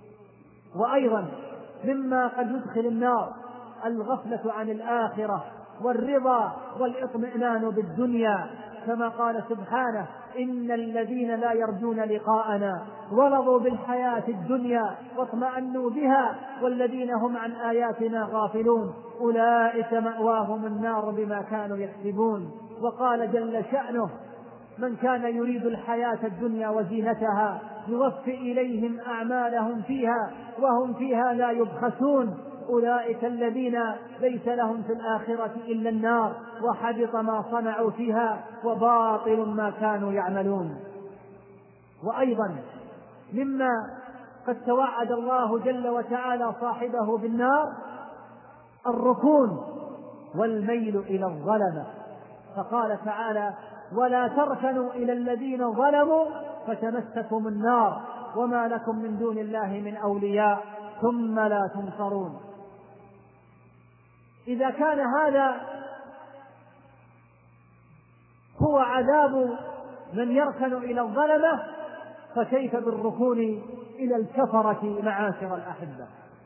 وأيضا مما قد يدخل النار الغفلة عن الآخرة والرضا والاطمئنان بالدنيا، كما قال سبحانه: إن الذين لا يرجون لقاءنا ورضوا بالحياة الدنيا واطمأنوا بها والذين هم عن آياتنا غافلون أولئك مأواهم النار بما كانوا يكسبون. وقال جل شأنه: من كان يريد الحياة الدنيا وزينتها يوفي إليهم أعمالهم فيها وهم فيها لا يبخسون أولئك الذين ليس لهم في الآخرة إلا النار وحبط ما صنعوا فيها وباطل ما كانوا يعملون. وأيضا مما قد توعد الله جل وتعالى صاحبه بالنار الركون والميل إلى الظلمة، فقال تعالى: ولا تركنوا إلى الذين ظلموا فتمسكم النار وما لكم من دون الله من أولياء ثم لا تنصرون. إذا كان هذا هو عذاب من يركن إلى الظلمة، فكيف بالركون إلى الكفرة معاشر الأحبة؟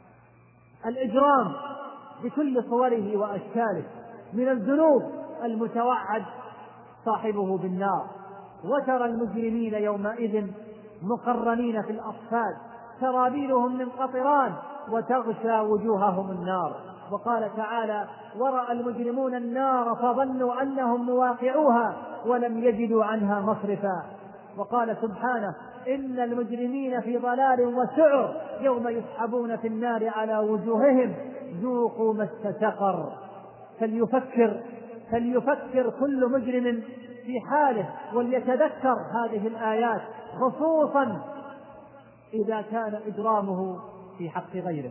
الإجرام بكل صوره وأشكاله من الذنوب المتوعد صاحبه بالنار. وترى المجرمين يومئذ مقرنين في الأصفاد سرابيلهم من قطران وتغشى وجوههم النار. وقال تعالى: ورأى المجرمون النار فظنوا أنهم مواقعوها ولم يجدوا عنها مصرفا. وقال سبحانه: إن المجرمين في ضلال وسعر يوم يسحبون في النار على وجوههم ذوقوا مس سقر. فليفكر فليفكر كل مجرم في حاله وليتذكر هذه الآيات، خصوصا إذا كان إجرامه في حق غيره.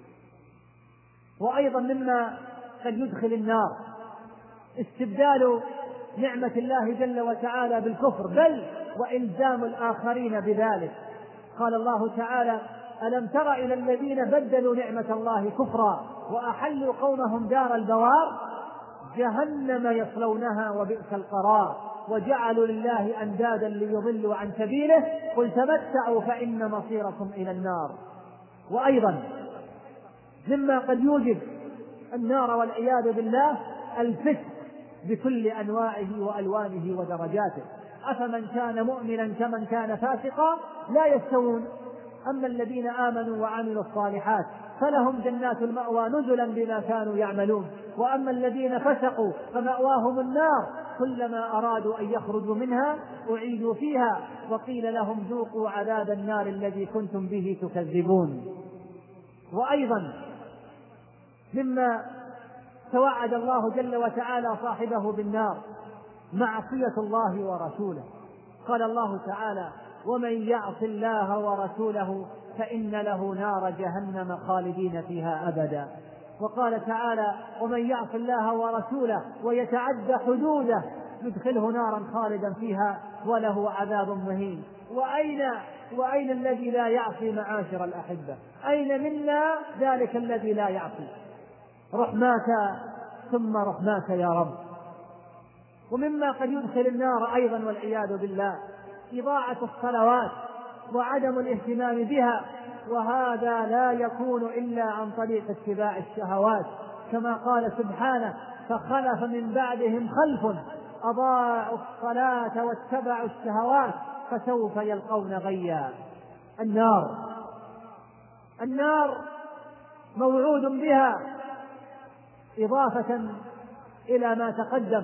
وأيضا مما قد يدخل النار استبدال نعمة الله جل وتعالى بالكفر، بل وإلزام الآخرين بذلك. قال الله تعالى: ألم تر إلى الذين بدلوا نعمة الله كفرا وأحلوا قومهم دار البوار جهنم يصلونها وبئس القرار وجعلوا لله أندادا ليضلوا عن سبيله قل تمتعوا فإن مصيركم إلى النار. وأيضا مما قد يوجب النار والعياذ بالله الفسق بكل أنواعه وألوانه ودرجاته. أفمن كان مؤمنا كمن كان فاسقا لا يستوون. أما الذين آمنوا وعملوا الصالحات فلهم جنات المأوى نزلا بما كانوا يعملون، وأما الذين فسقوا فمأواهم النار كلما أرادوا أن يخرجوا منها أعيدوا فيها وقيل لهم ذوقوا عذاب النار الذي كنتم به تكذبون. وأيضا مما توعد الله جل وتعالى صاحبه بالنار معصية الله ورسوله. قال الله تعالى: ومن يعص الله ورسوله فإن له نار جهنم خالدين فيها أبدا. وقال تعالى: ومن يعص الله ورسوله ويتعدى حدوده يدخله نارا خالدا فيها وله عذاب مهين. وأين وأين الذي لا يعصي معاشر الأحبة؟ أين منا ذلك الذي لا يعصي؟ رحماك ثم رحماك يا رب. ومما قد يدخل النار أيضا والعياذ بالله إضاعة الصلوات وعدم الاهتمام بها، وهذا لا يكون إلا عن طريق اتباع الشهوات، كما قال سبحانه: فخلف من بعدهم خلف أضاعوا الصلاة واتبعوا الشهوات فسوف يلقون غيا. النار النار موعود بها إضافة إلى ما تقدم.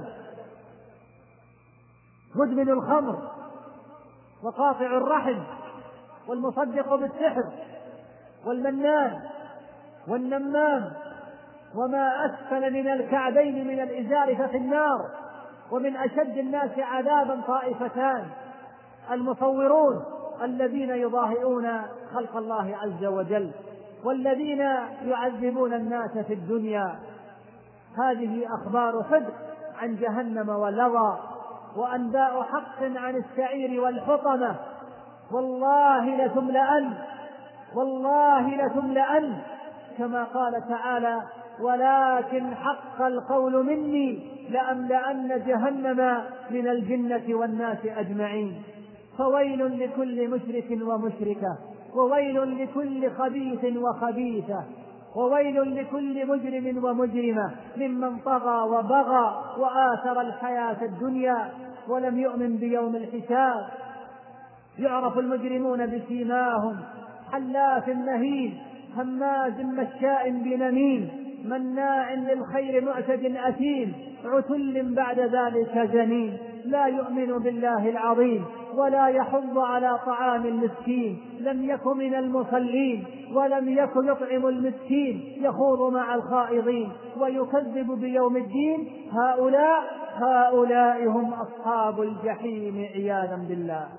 مدمن الخمر وقاطع الرحم والمصدق بالسحر والمنان والنمام وما أسفل من الكعبين من الإزار ففي النار. ومن أشد الناس عذابا طائفتان: المصورون الذين يضاهئون خلق الله عز وجل، والذين يعذبون الناس في الدنيا. هذه أخبار صدق عن جهنم ولظى، وأنباء حق عن السعير والحطمة. والله لتملأن والله لتملأن كما قال تعالى: ولكن حق القول مني لأملأن جهنم من الجنة والناس أجمعين. فويل لكل مشرك ومشركة، وويل لكل خبيث وخبيثة، وويل لكل مجرم ومجرمة ممن طغى وبغى وآثر الحياة الدنيا ولم يؤمن بيوم الحساب. يعرف المجرمون بسيماهم: حلاف مهين هماز مشاء بنميم مناع للخير معتد أثيم عتل بعد ذلك زنيم لا يؤمن بالله العظيم ولا يحض على طعام المسكين لم يكن من المصلين ولم يكن يطعم المسكين يخوض مع الخائضين ويكذب بيوم الدين. هؤلاء هؤلاء هم أصحاب الجحيم عياذا بالله.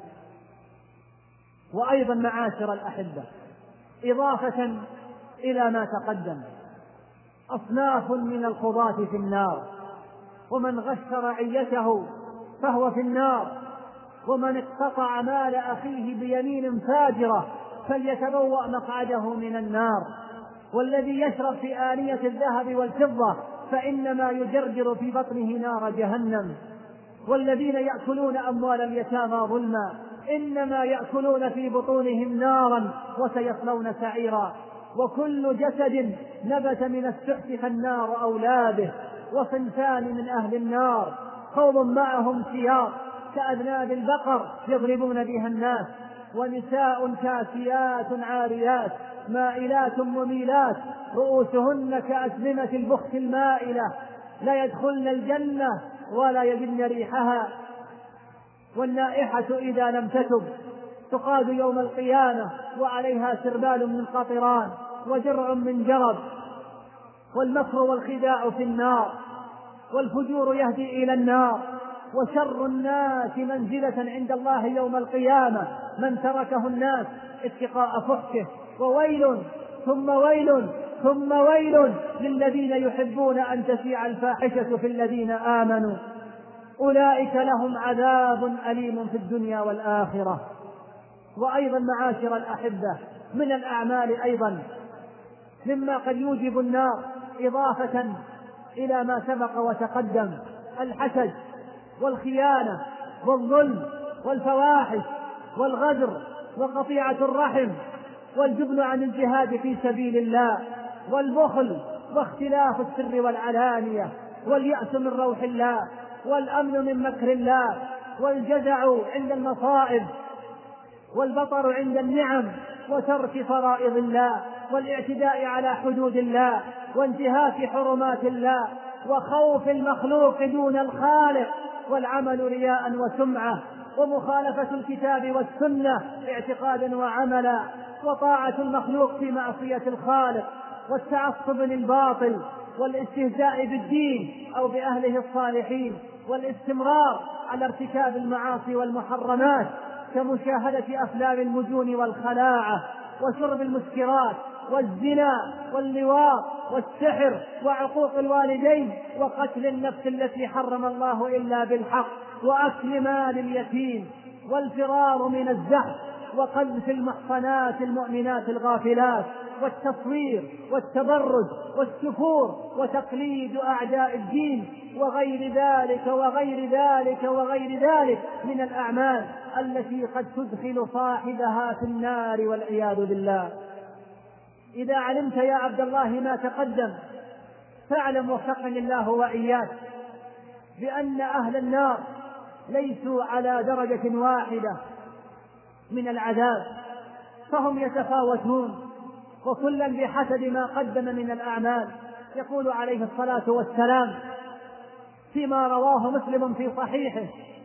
وأيضا معاشر الأحبة إضافة إلى ما تقدم أصناف من القضاة في النار، ومن غش رعيته فهو في النار، ومن اقتطع مال أخيه بيمين فاجرة فليتبوأ مقعده من النار، والذي يشرب في آنية الذهب والفضة فإنما يجرجر في بطنه نار جهنم. والذين يأكلون أموال اليتامى ظلما إنما يأكلون في بطونهم نارا وسيصلون سعيرا. وكل جسد نبت من السحت فالنار أولى به. وصنفان من أهل النار قوم معهم سياط كأذناب البقر يضربون بها الناس، ونساء كاسيات عاريات مائلات مميلات رؤوسهن كأسنمة البخت المائلة لا يدخلن الجنة ولا يجدن ريحها. والنائحة إذا لم تتب تقاد يوم القيامة وعليها سربال من قطران وجرع من جرب. والمكر والخداع في النار، والفجور يهدي إلى النار. وشر الناس منزلة عند الله يوم القيامة من تركه الناس اتقاء فحشه. وويل ثم ويل ثم ويل للذين يحبون أن تشيع الفاحشة في الذين آمنوا أولئك لهم عذاب أليم في الدنيا والآخرة. وأيضا معاشر الأحبة من الأعمال أيضا مما قد يوجب النار إضافة إلى ما سبق وتقدم الحسد والخيانة والظلم والفواحش والغدر وقطيعة الرحم والجبن عن الجهاد في سبيل الله والبخل واختلاف السر والعلانية واليأس من روح الله والأمن من مكر الله والجزع عند المصائب والبطر عند النعم وترك فرائض الله والاعتداء على حدود الله وانتهاك حرمات الله وخوف المخلوق دون الخالق والعمل رياء وسمعة ومخالفة الكتاب والسنة اعتقادا وعملا وطاعة المخلوق في معصية الخالق والتعصب للباطل والاستهزاء بالدين أو بأهله الصالحين والاستمرار على ارتكاب المعاصي والمحرمات كمشاهدة أفلام المجون والخلاعة وشرب المسكرات والزنا واللواط والسحر وعقوق الوالدين وقتل النفس التي حرم الله إلا بالحق وأكل مال اليتيم والفرار من الزحف وقذف المحصنات المؤمنات الغافلات والتصوير والتبرج والسفور وتقليد أعداء الدين وغير ذلك وغير ذلك وغير ذلك من الأعمال التي قد تدخل صاحبها في النار والعياذ بالله. إذا علمت يا عبد الله ما تقدم فاعلم وفقني الله وإياك بأن أهل النار ليسوا على درجة واحدة من العذاب، فهم يتفاوتون وكلا بحسب ما قدم من الأعمال. يقول عليه الصلاة والسلام فيما رواه مسلم في صحيحه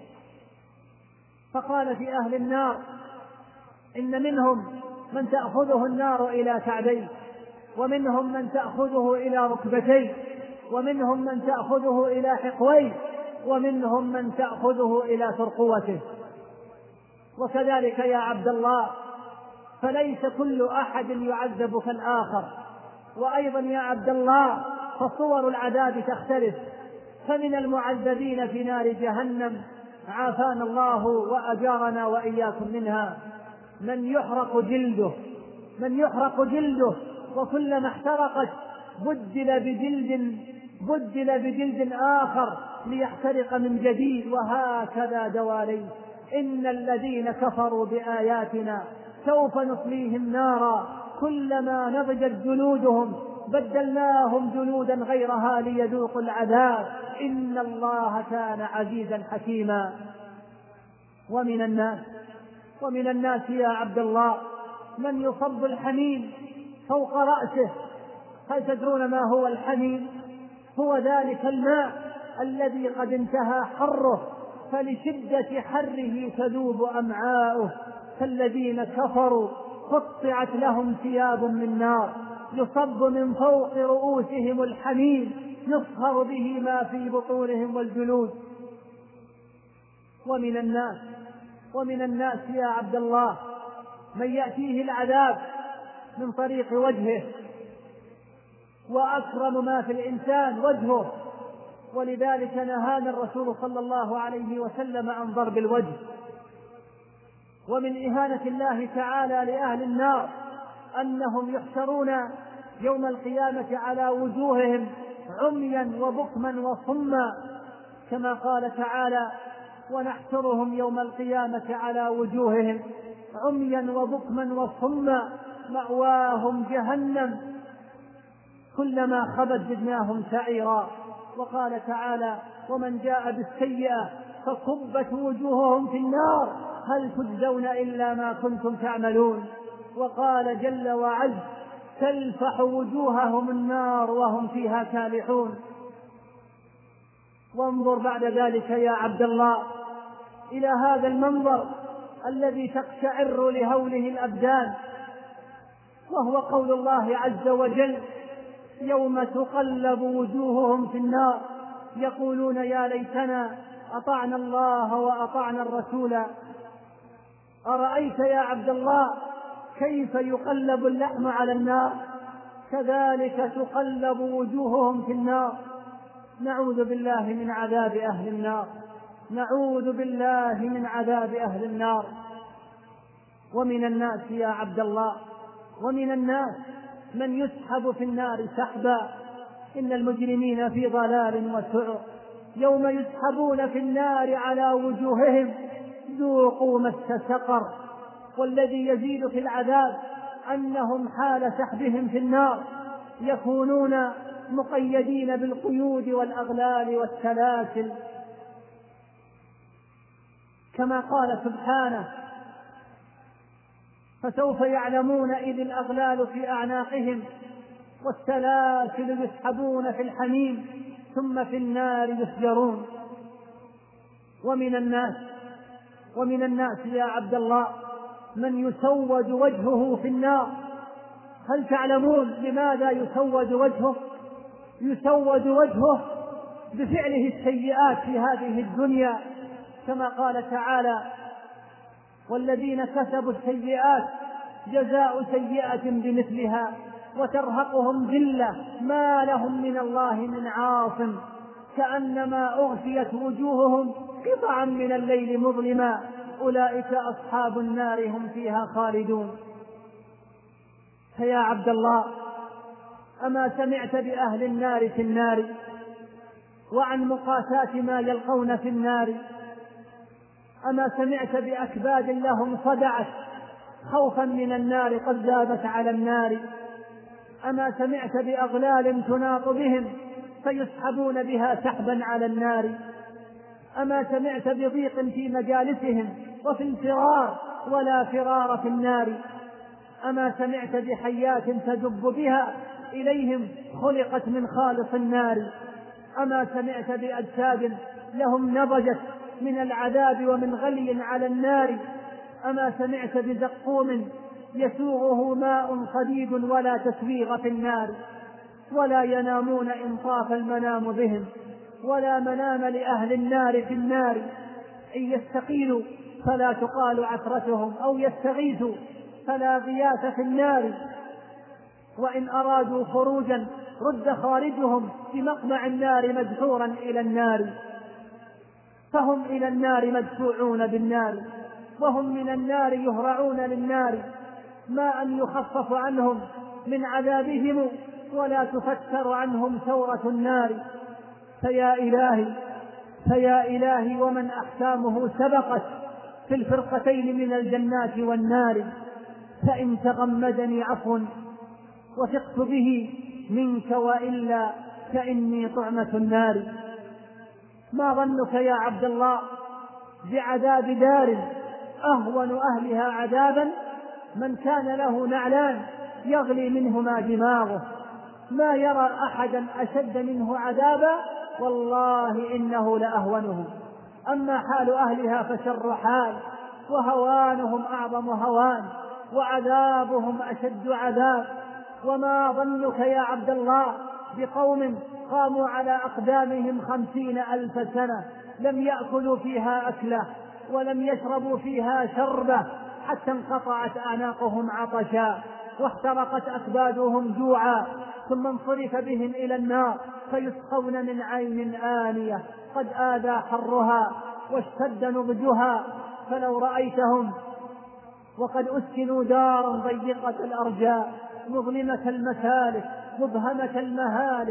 فقال في أهل النار إن منهم من تأخذه النار إلى كعبيه ومنهم من تأخذه إلى ركبتيه ومنهم من تأخذه إلى حقويه ومنهم من تأخذه إلى ترقوته. وكذلك يا عبد الله فليس كل أحد يعذب كالآخر. وأيضا يا عبد الله فصور العذاب تختلف، فمن المعذبين في نار جهنم عافانا الله وأجارنا وإياكم منها من يحرق جلده من يحرق جلده وكلما احترقت بدل بجلد بدل بجلد آخر ليحترق من جديد وهكذا دوالي. إن الذين كفروا بآياتنا سوف نصليهم نارا كلما نضجت جلودهم بدلناهم جلودا غيرها ليذوقوا العذاب إن الله كان عزيزا حكيما. ومن الناس ومن الناس يا عبد الله من يصب الحميم فوق رأسه. هل تدرون ما هو الحميم؟ هو ذلك الماء الذي قد انتهى حره فلشدة حره تذوب أمعاؤه. فالذين كفروا قطعت لهم ثياب من نار يصب من فوق رؤوسهم الحميم يصهر به ما في بطونهم والجلود. ومن الناس ومن الناس يا عبد الله من يأتيه العذاب من طريق وجهه، وأكرم ما في الإنسان وجهه، ولذلك نهانا الرسول صلى الله عليه وسلم عن ضرب الوجه. ومن إهانة الله تعالى لأهل النار أنهم يحشرون يوم القيامة على وجوههم عميا وبكما وصما، كما قال تعالى: ونحشرهم يوم القيامة على وجوههم عميا وبكما وصما مأواهم جهنم كلما خبت زدناهم سعيرا. وقال تعالى: ومن جاء بالسيئة فكبت وجوههم في النار هل تجزون إلا ما كنتم تعملون. وقال جل وعز: تلفح وجوههم النار وهم فيها كالحون. وانظر بعد ذلك يا عبد الله إلى هذا المنظر الذي تقشعر لهوله الأبدان، وهو قول الله عز وجل: يوم تقلب وجوههم في النار يقولون يا ليتنا أطعنا الله وأطعنا الرسول. أرأيت يا عبد الله كيف يقلب اللحم على النار؟ كذلك تقلب وجوههم في النار. نعوذ بالله من عذاب أهل النار، نعوذ بالله من عذاب أهل النار. ومن الناس يا عبد الله، ومن الناس من يسحب في النار سحبا. إن المجرمين في ضلال وسعر يوم يسحبون في النار على وجوههم ذوقوا مس سقر. والذي يزيد في العذاب أنهم حال سحبهم في النار يكونون مقيدين بالقيود والأغلال والسلاسل، كما قال سبحانه: فسوف يعلمون إذ الأغلال في أعناقهم والسلاسل يسحبون في الحميم ثم في النار يسجرون. ومن الناس ومن الناس يا عبد الله من يسود وجهه في النار. هل تعلمون لماذا يسود وجهه؟ يسود وجهه بفعله السيئات في هذه الدنيا، كما قال تعالى: والذين كسبوا السيئات جزاء سيئة بمثلها وترهقهم ذلة ما لهم من الله من عاصم كأنما أغشيت وجوههم قطعا من الليل مظلما أولئك أصحاب النار هم فيها خالدون. فيا عبد الله أما سمعت بأهل النار في النار وعن مقاساة ما يلقون في النار؟ أما سمعت بأكباد لهم صدعت خوفا من النار قد ذابت على النار؟ أما سمعت بأغلال تناط بهم فيسحبون بها سحبا على النار؟ أما سمعت بضيق في مجالسهم وفي انفرار ولا فرار في النار؟ أما سمعت بحيات تدب بها إليهم خلقت من خالص النار؟ أما سمعت بأجساد لهم نضجت من العذاب ومن غلي على النار؟ أما سمعت بزقوم يسوغه ماء خديد ولا تسويغ في النار؟ ولا ينامون إن طاف المنام بهم ولا منام لأهل النار في النار. إن يستقيلوا فلا تقال عثرتهم أو يستغيثوا فلا غياث في النار. وإن أرادوا خروجا رد خارجهم بمقمع النار مدحورا إلى النار. فهم إلى النار مدفوعون بالنار وهم من النار يهرعون للنار، ما أن يخفف عنهم من عذابهم ولا تفتر عنهم ثورة النار. فيا إلهي فيا إلهي ومن أحكامه سبقت في الفرقتين من الجنات والنار، فإن تغمدني عفو وثقت به منك وإلا فإني طعمة النار. ما ظنك يا عبد الله بعذاب دار أهون أهلها عذابا من كان له نعلان يغلي منهما دماغه؟ ما يرى أحدا أشد منه عذابا والله إنه لأهونه. أما حال أهلها فشر حال وهوانهم أعظم هوان وعذابهم أشد عذاب. وما ظنك يا عبد الله بقوم قاموا على أقدامهم خمسين ألف سنة لم يأكلوا فيها أكلة ولم يشربوا فيها شربة حتى انقطعت أعناقهم عطشا واحترقت أكبادهم جوعا، ثم انصرف بهم إلى النار فيسقون من عين آنية قد آذى حرها واشتد نضجها. فلو رأيتهم وقد أسكنوا دارا ضيقة الأرجاء مظلمة المسالك مبهمة المهالك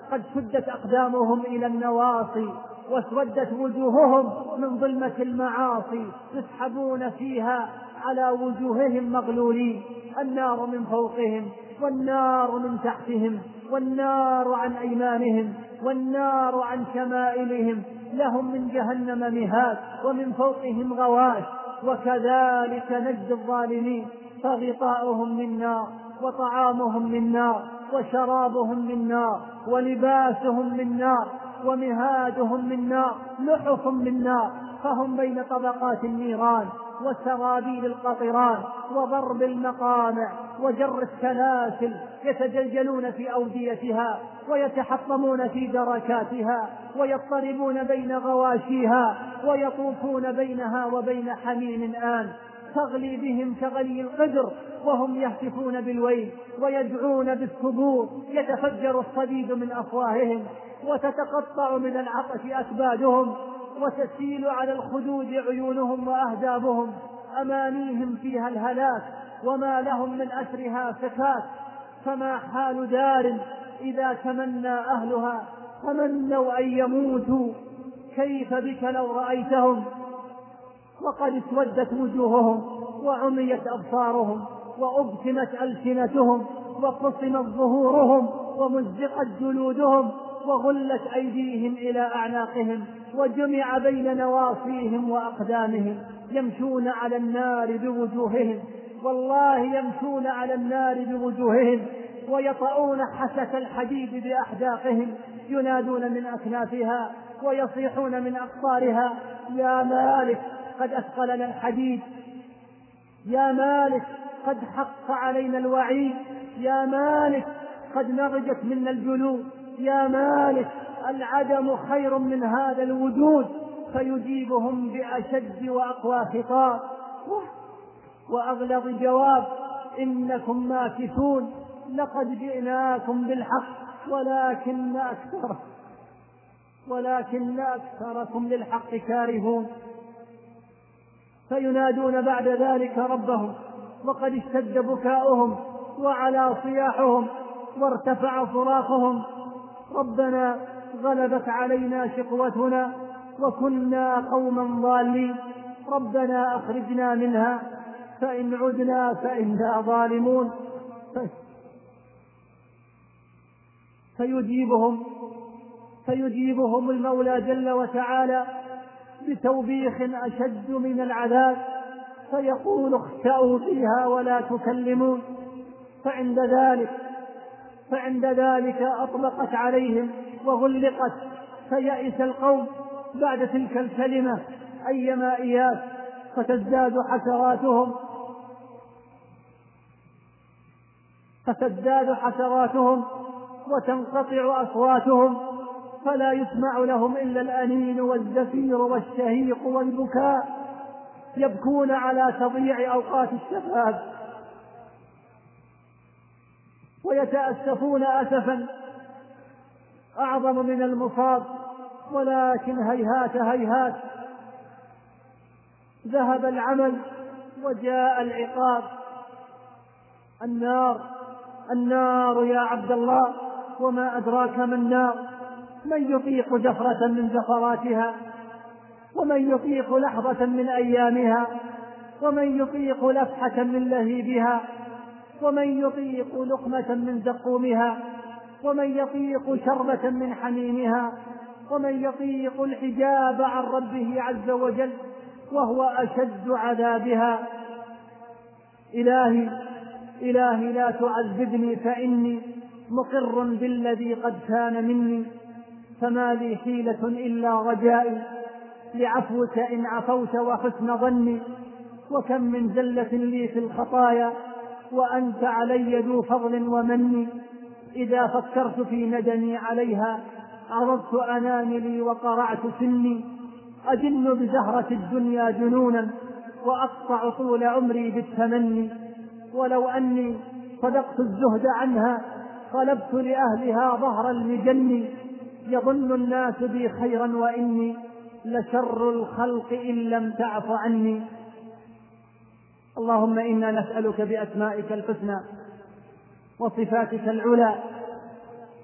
قد شدت أقدامهم إلى النواصي واسودت وجوههم من ظلمة المعاصي، يسحبون فيها على وجوههم مغلولين، النار من فوقهم والنار من تحتهم والنار عن أيمانهم والنار عن شمائلهم، لهم من جهنم مهاد ومن فوقهم غواش، وكذلك نجزي الظالمين، فغطاؤهم من نار وطعامهم من نار وشرابهم من نار ولباسهم من نار ومهادهم من نار، لحف من نار، فهم بين طبقات النيران وسرابيل القطران وضرب المقامع وجر السلاسل، يتجلجلون في أوديتها ويتحطمون في دركاتها ويضطربون بين غواشيها ويطوفون بينها وبين حميم آن تغلي بهم كغلي القدر، وهم يهتفون بالويل ويدعون بالثبور، يتفجر الصديد من أفواههم وتتقطع من العطش أكبادهم وتسيل على الخدود عيونهم وأهدابهم، أمانيهم فيها الهلاك وما لهم من أسرها فكاك، فما حال دار إذا تمنى أهلها تمنوا أن يموتوا، كيف بك لو رأيتهم وقد اسودت وجوههم وعميت أبصارهم وأبتمت ألسنتهم وقصمت ظهورهم ومزقت جلودهم وغلت أيديهم إلى أعناقهم وجمع بين نواصيهم وأقدامهم، يمشون على النار بوجوههم، والله يمشون على النار بوجوههم، ويطؤون حسك الحديد بأحداقهم، ينادون من أكنافها ويصيحون من أقطارها: يا مالك قد أثقلنا الحديد، يا مالك قد حق علينا الوعيد، يا مالك قد نضجت منا الجلود، يا مالك العدم خير من هذا الوجود. فيجيبهم بأشد وأقوى خطاب وأغلظ جواب: إنكم ماكثون، لقد جئناكم بالحق ولكن أكثر ولكن أكثركم للحق كارهون. فينادون بعد ذلك ربهم وقد اشتد بكاؤهم وعلى صياحهم وارتفع صراخهم: ربنا غلبت علينا شقوتنا وكنا قوما ضالين، ربنا أخرجنا منها فإن عدنا فإنا ظالمون. فيجيبهم فيجيبهم المولى جل وتعالى بتوبيخ أشد من العذاب، فيقول: اخسأوا فيها ولا تكلمون. فعند ذلك فعند ذلك أطلقت عليهم وغلقت، فيئس القوم بعد تلك الكلمة أيما إياس، فتزداد حسراتهم فتزداد حسراتهم وتنقطع أصواتهم، فلا يسمع لهم إلا الأنين والزفير والشهيق والبكاء، يبكون على تضييع أوقات الشباب ويتأسفون أسفا أعظم من المصاب، ولكن هيهات هيهات، ذهب العمل وجاء العقاب. النار النار يا عبد الله، وما أدراك ما النار، من يطيق زفرة من زفراتها، ومن يطيق لحظة من أيامها، ومن يطيق لفحة من لهيبها، ومن يطيق لقمة من زقومها، ومن يطيق شربة من حميمها، ومن يطيق الحجاب عن ربه عز وجل وهو أشد عذابها. إلهي إلهي لا تعذبني فإني مقر بالذي قد كان مني، فما لي حيلة إلا رجائي لعفوك إن عفوت وحسن ظني، وكم من زلة لي في الخطايا وأنت علي ذو فضل ومن، إذا فكرت في ندمي عليها عرضت أناملي وقرعت سني، أجن بزهرة الدنيا جنونا وأقطع طول عمري بالتمني، ولو أني صدقت الزهد عنها قلبت لأهلها ظهر المجن، يظن الناس بي خيرا وإني لشر الخلق إن لم تعف عني. اللهم إنا نسألك بأسمائك الحسنى وصفاتك العلى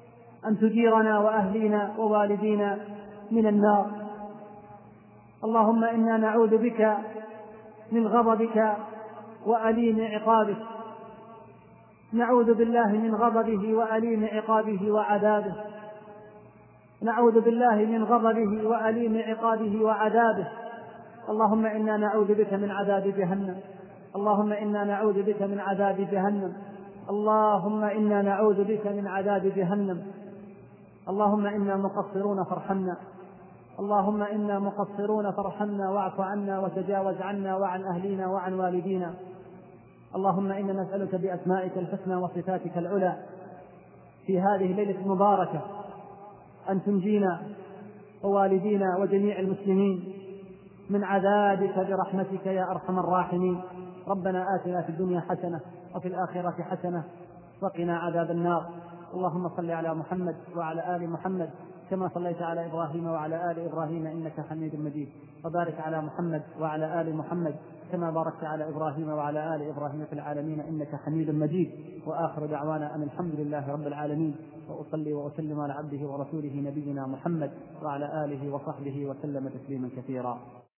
أن تجيرنا وأهلينا ووالدينا من النار. اللهم إنا نعوذ بك من غضبك وأليم عقابك، نعوذ بالله من غضبه وأليم عقابه وعذابه، نعوذ بالله من غضبه وأليم عقابه وعذابه. اللهم إنا نعوذ بك من عذاب جهنم، اللهم إنا نعوذ بك من عذاب جهنم، اللهم إنا نعوذ بك من عذاب جهنم. اللهم إنا مقصرون فارحمنا، اللهم إنا مقصرون فارحمنا واعف عنا وتجاوز عنا وعن أهلنا وعن والدينا. اللهم إنا نسألك بأسمائك الحسنى وصفاتك العلى في هذه الليلة المباركة أن تنجينا ووالدينا وجميع المسلمين من عذابك برحمتك يا أرحم الراحمين. ربنا آتنا في الدنيا حسنة وفي الآخرة حسنة وقنا عذاب النار. اللهم صل على محمد وعلى آل محمد كما صليت على إبراهيم وعلى آل إبراهيم إنك حميد مجيد، وبارك على محمد وعلى آل محمد كما باركت على إبراهيم وعلى آل إبراهيم في العالمين إنك حميد مجيد. وآخر دعوانا أن الحمد لله رب العالمين، وأصلي وأسلم على عبده ورسوله نبينا محمد وعلى آله وصحبه وسلم تسليما كثيرا.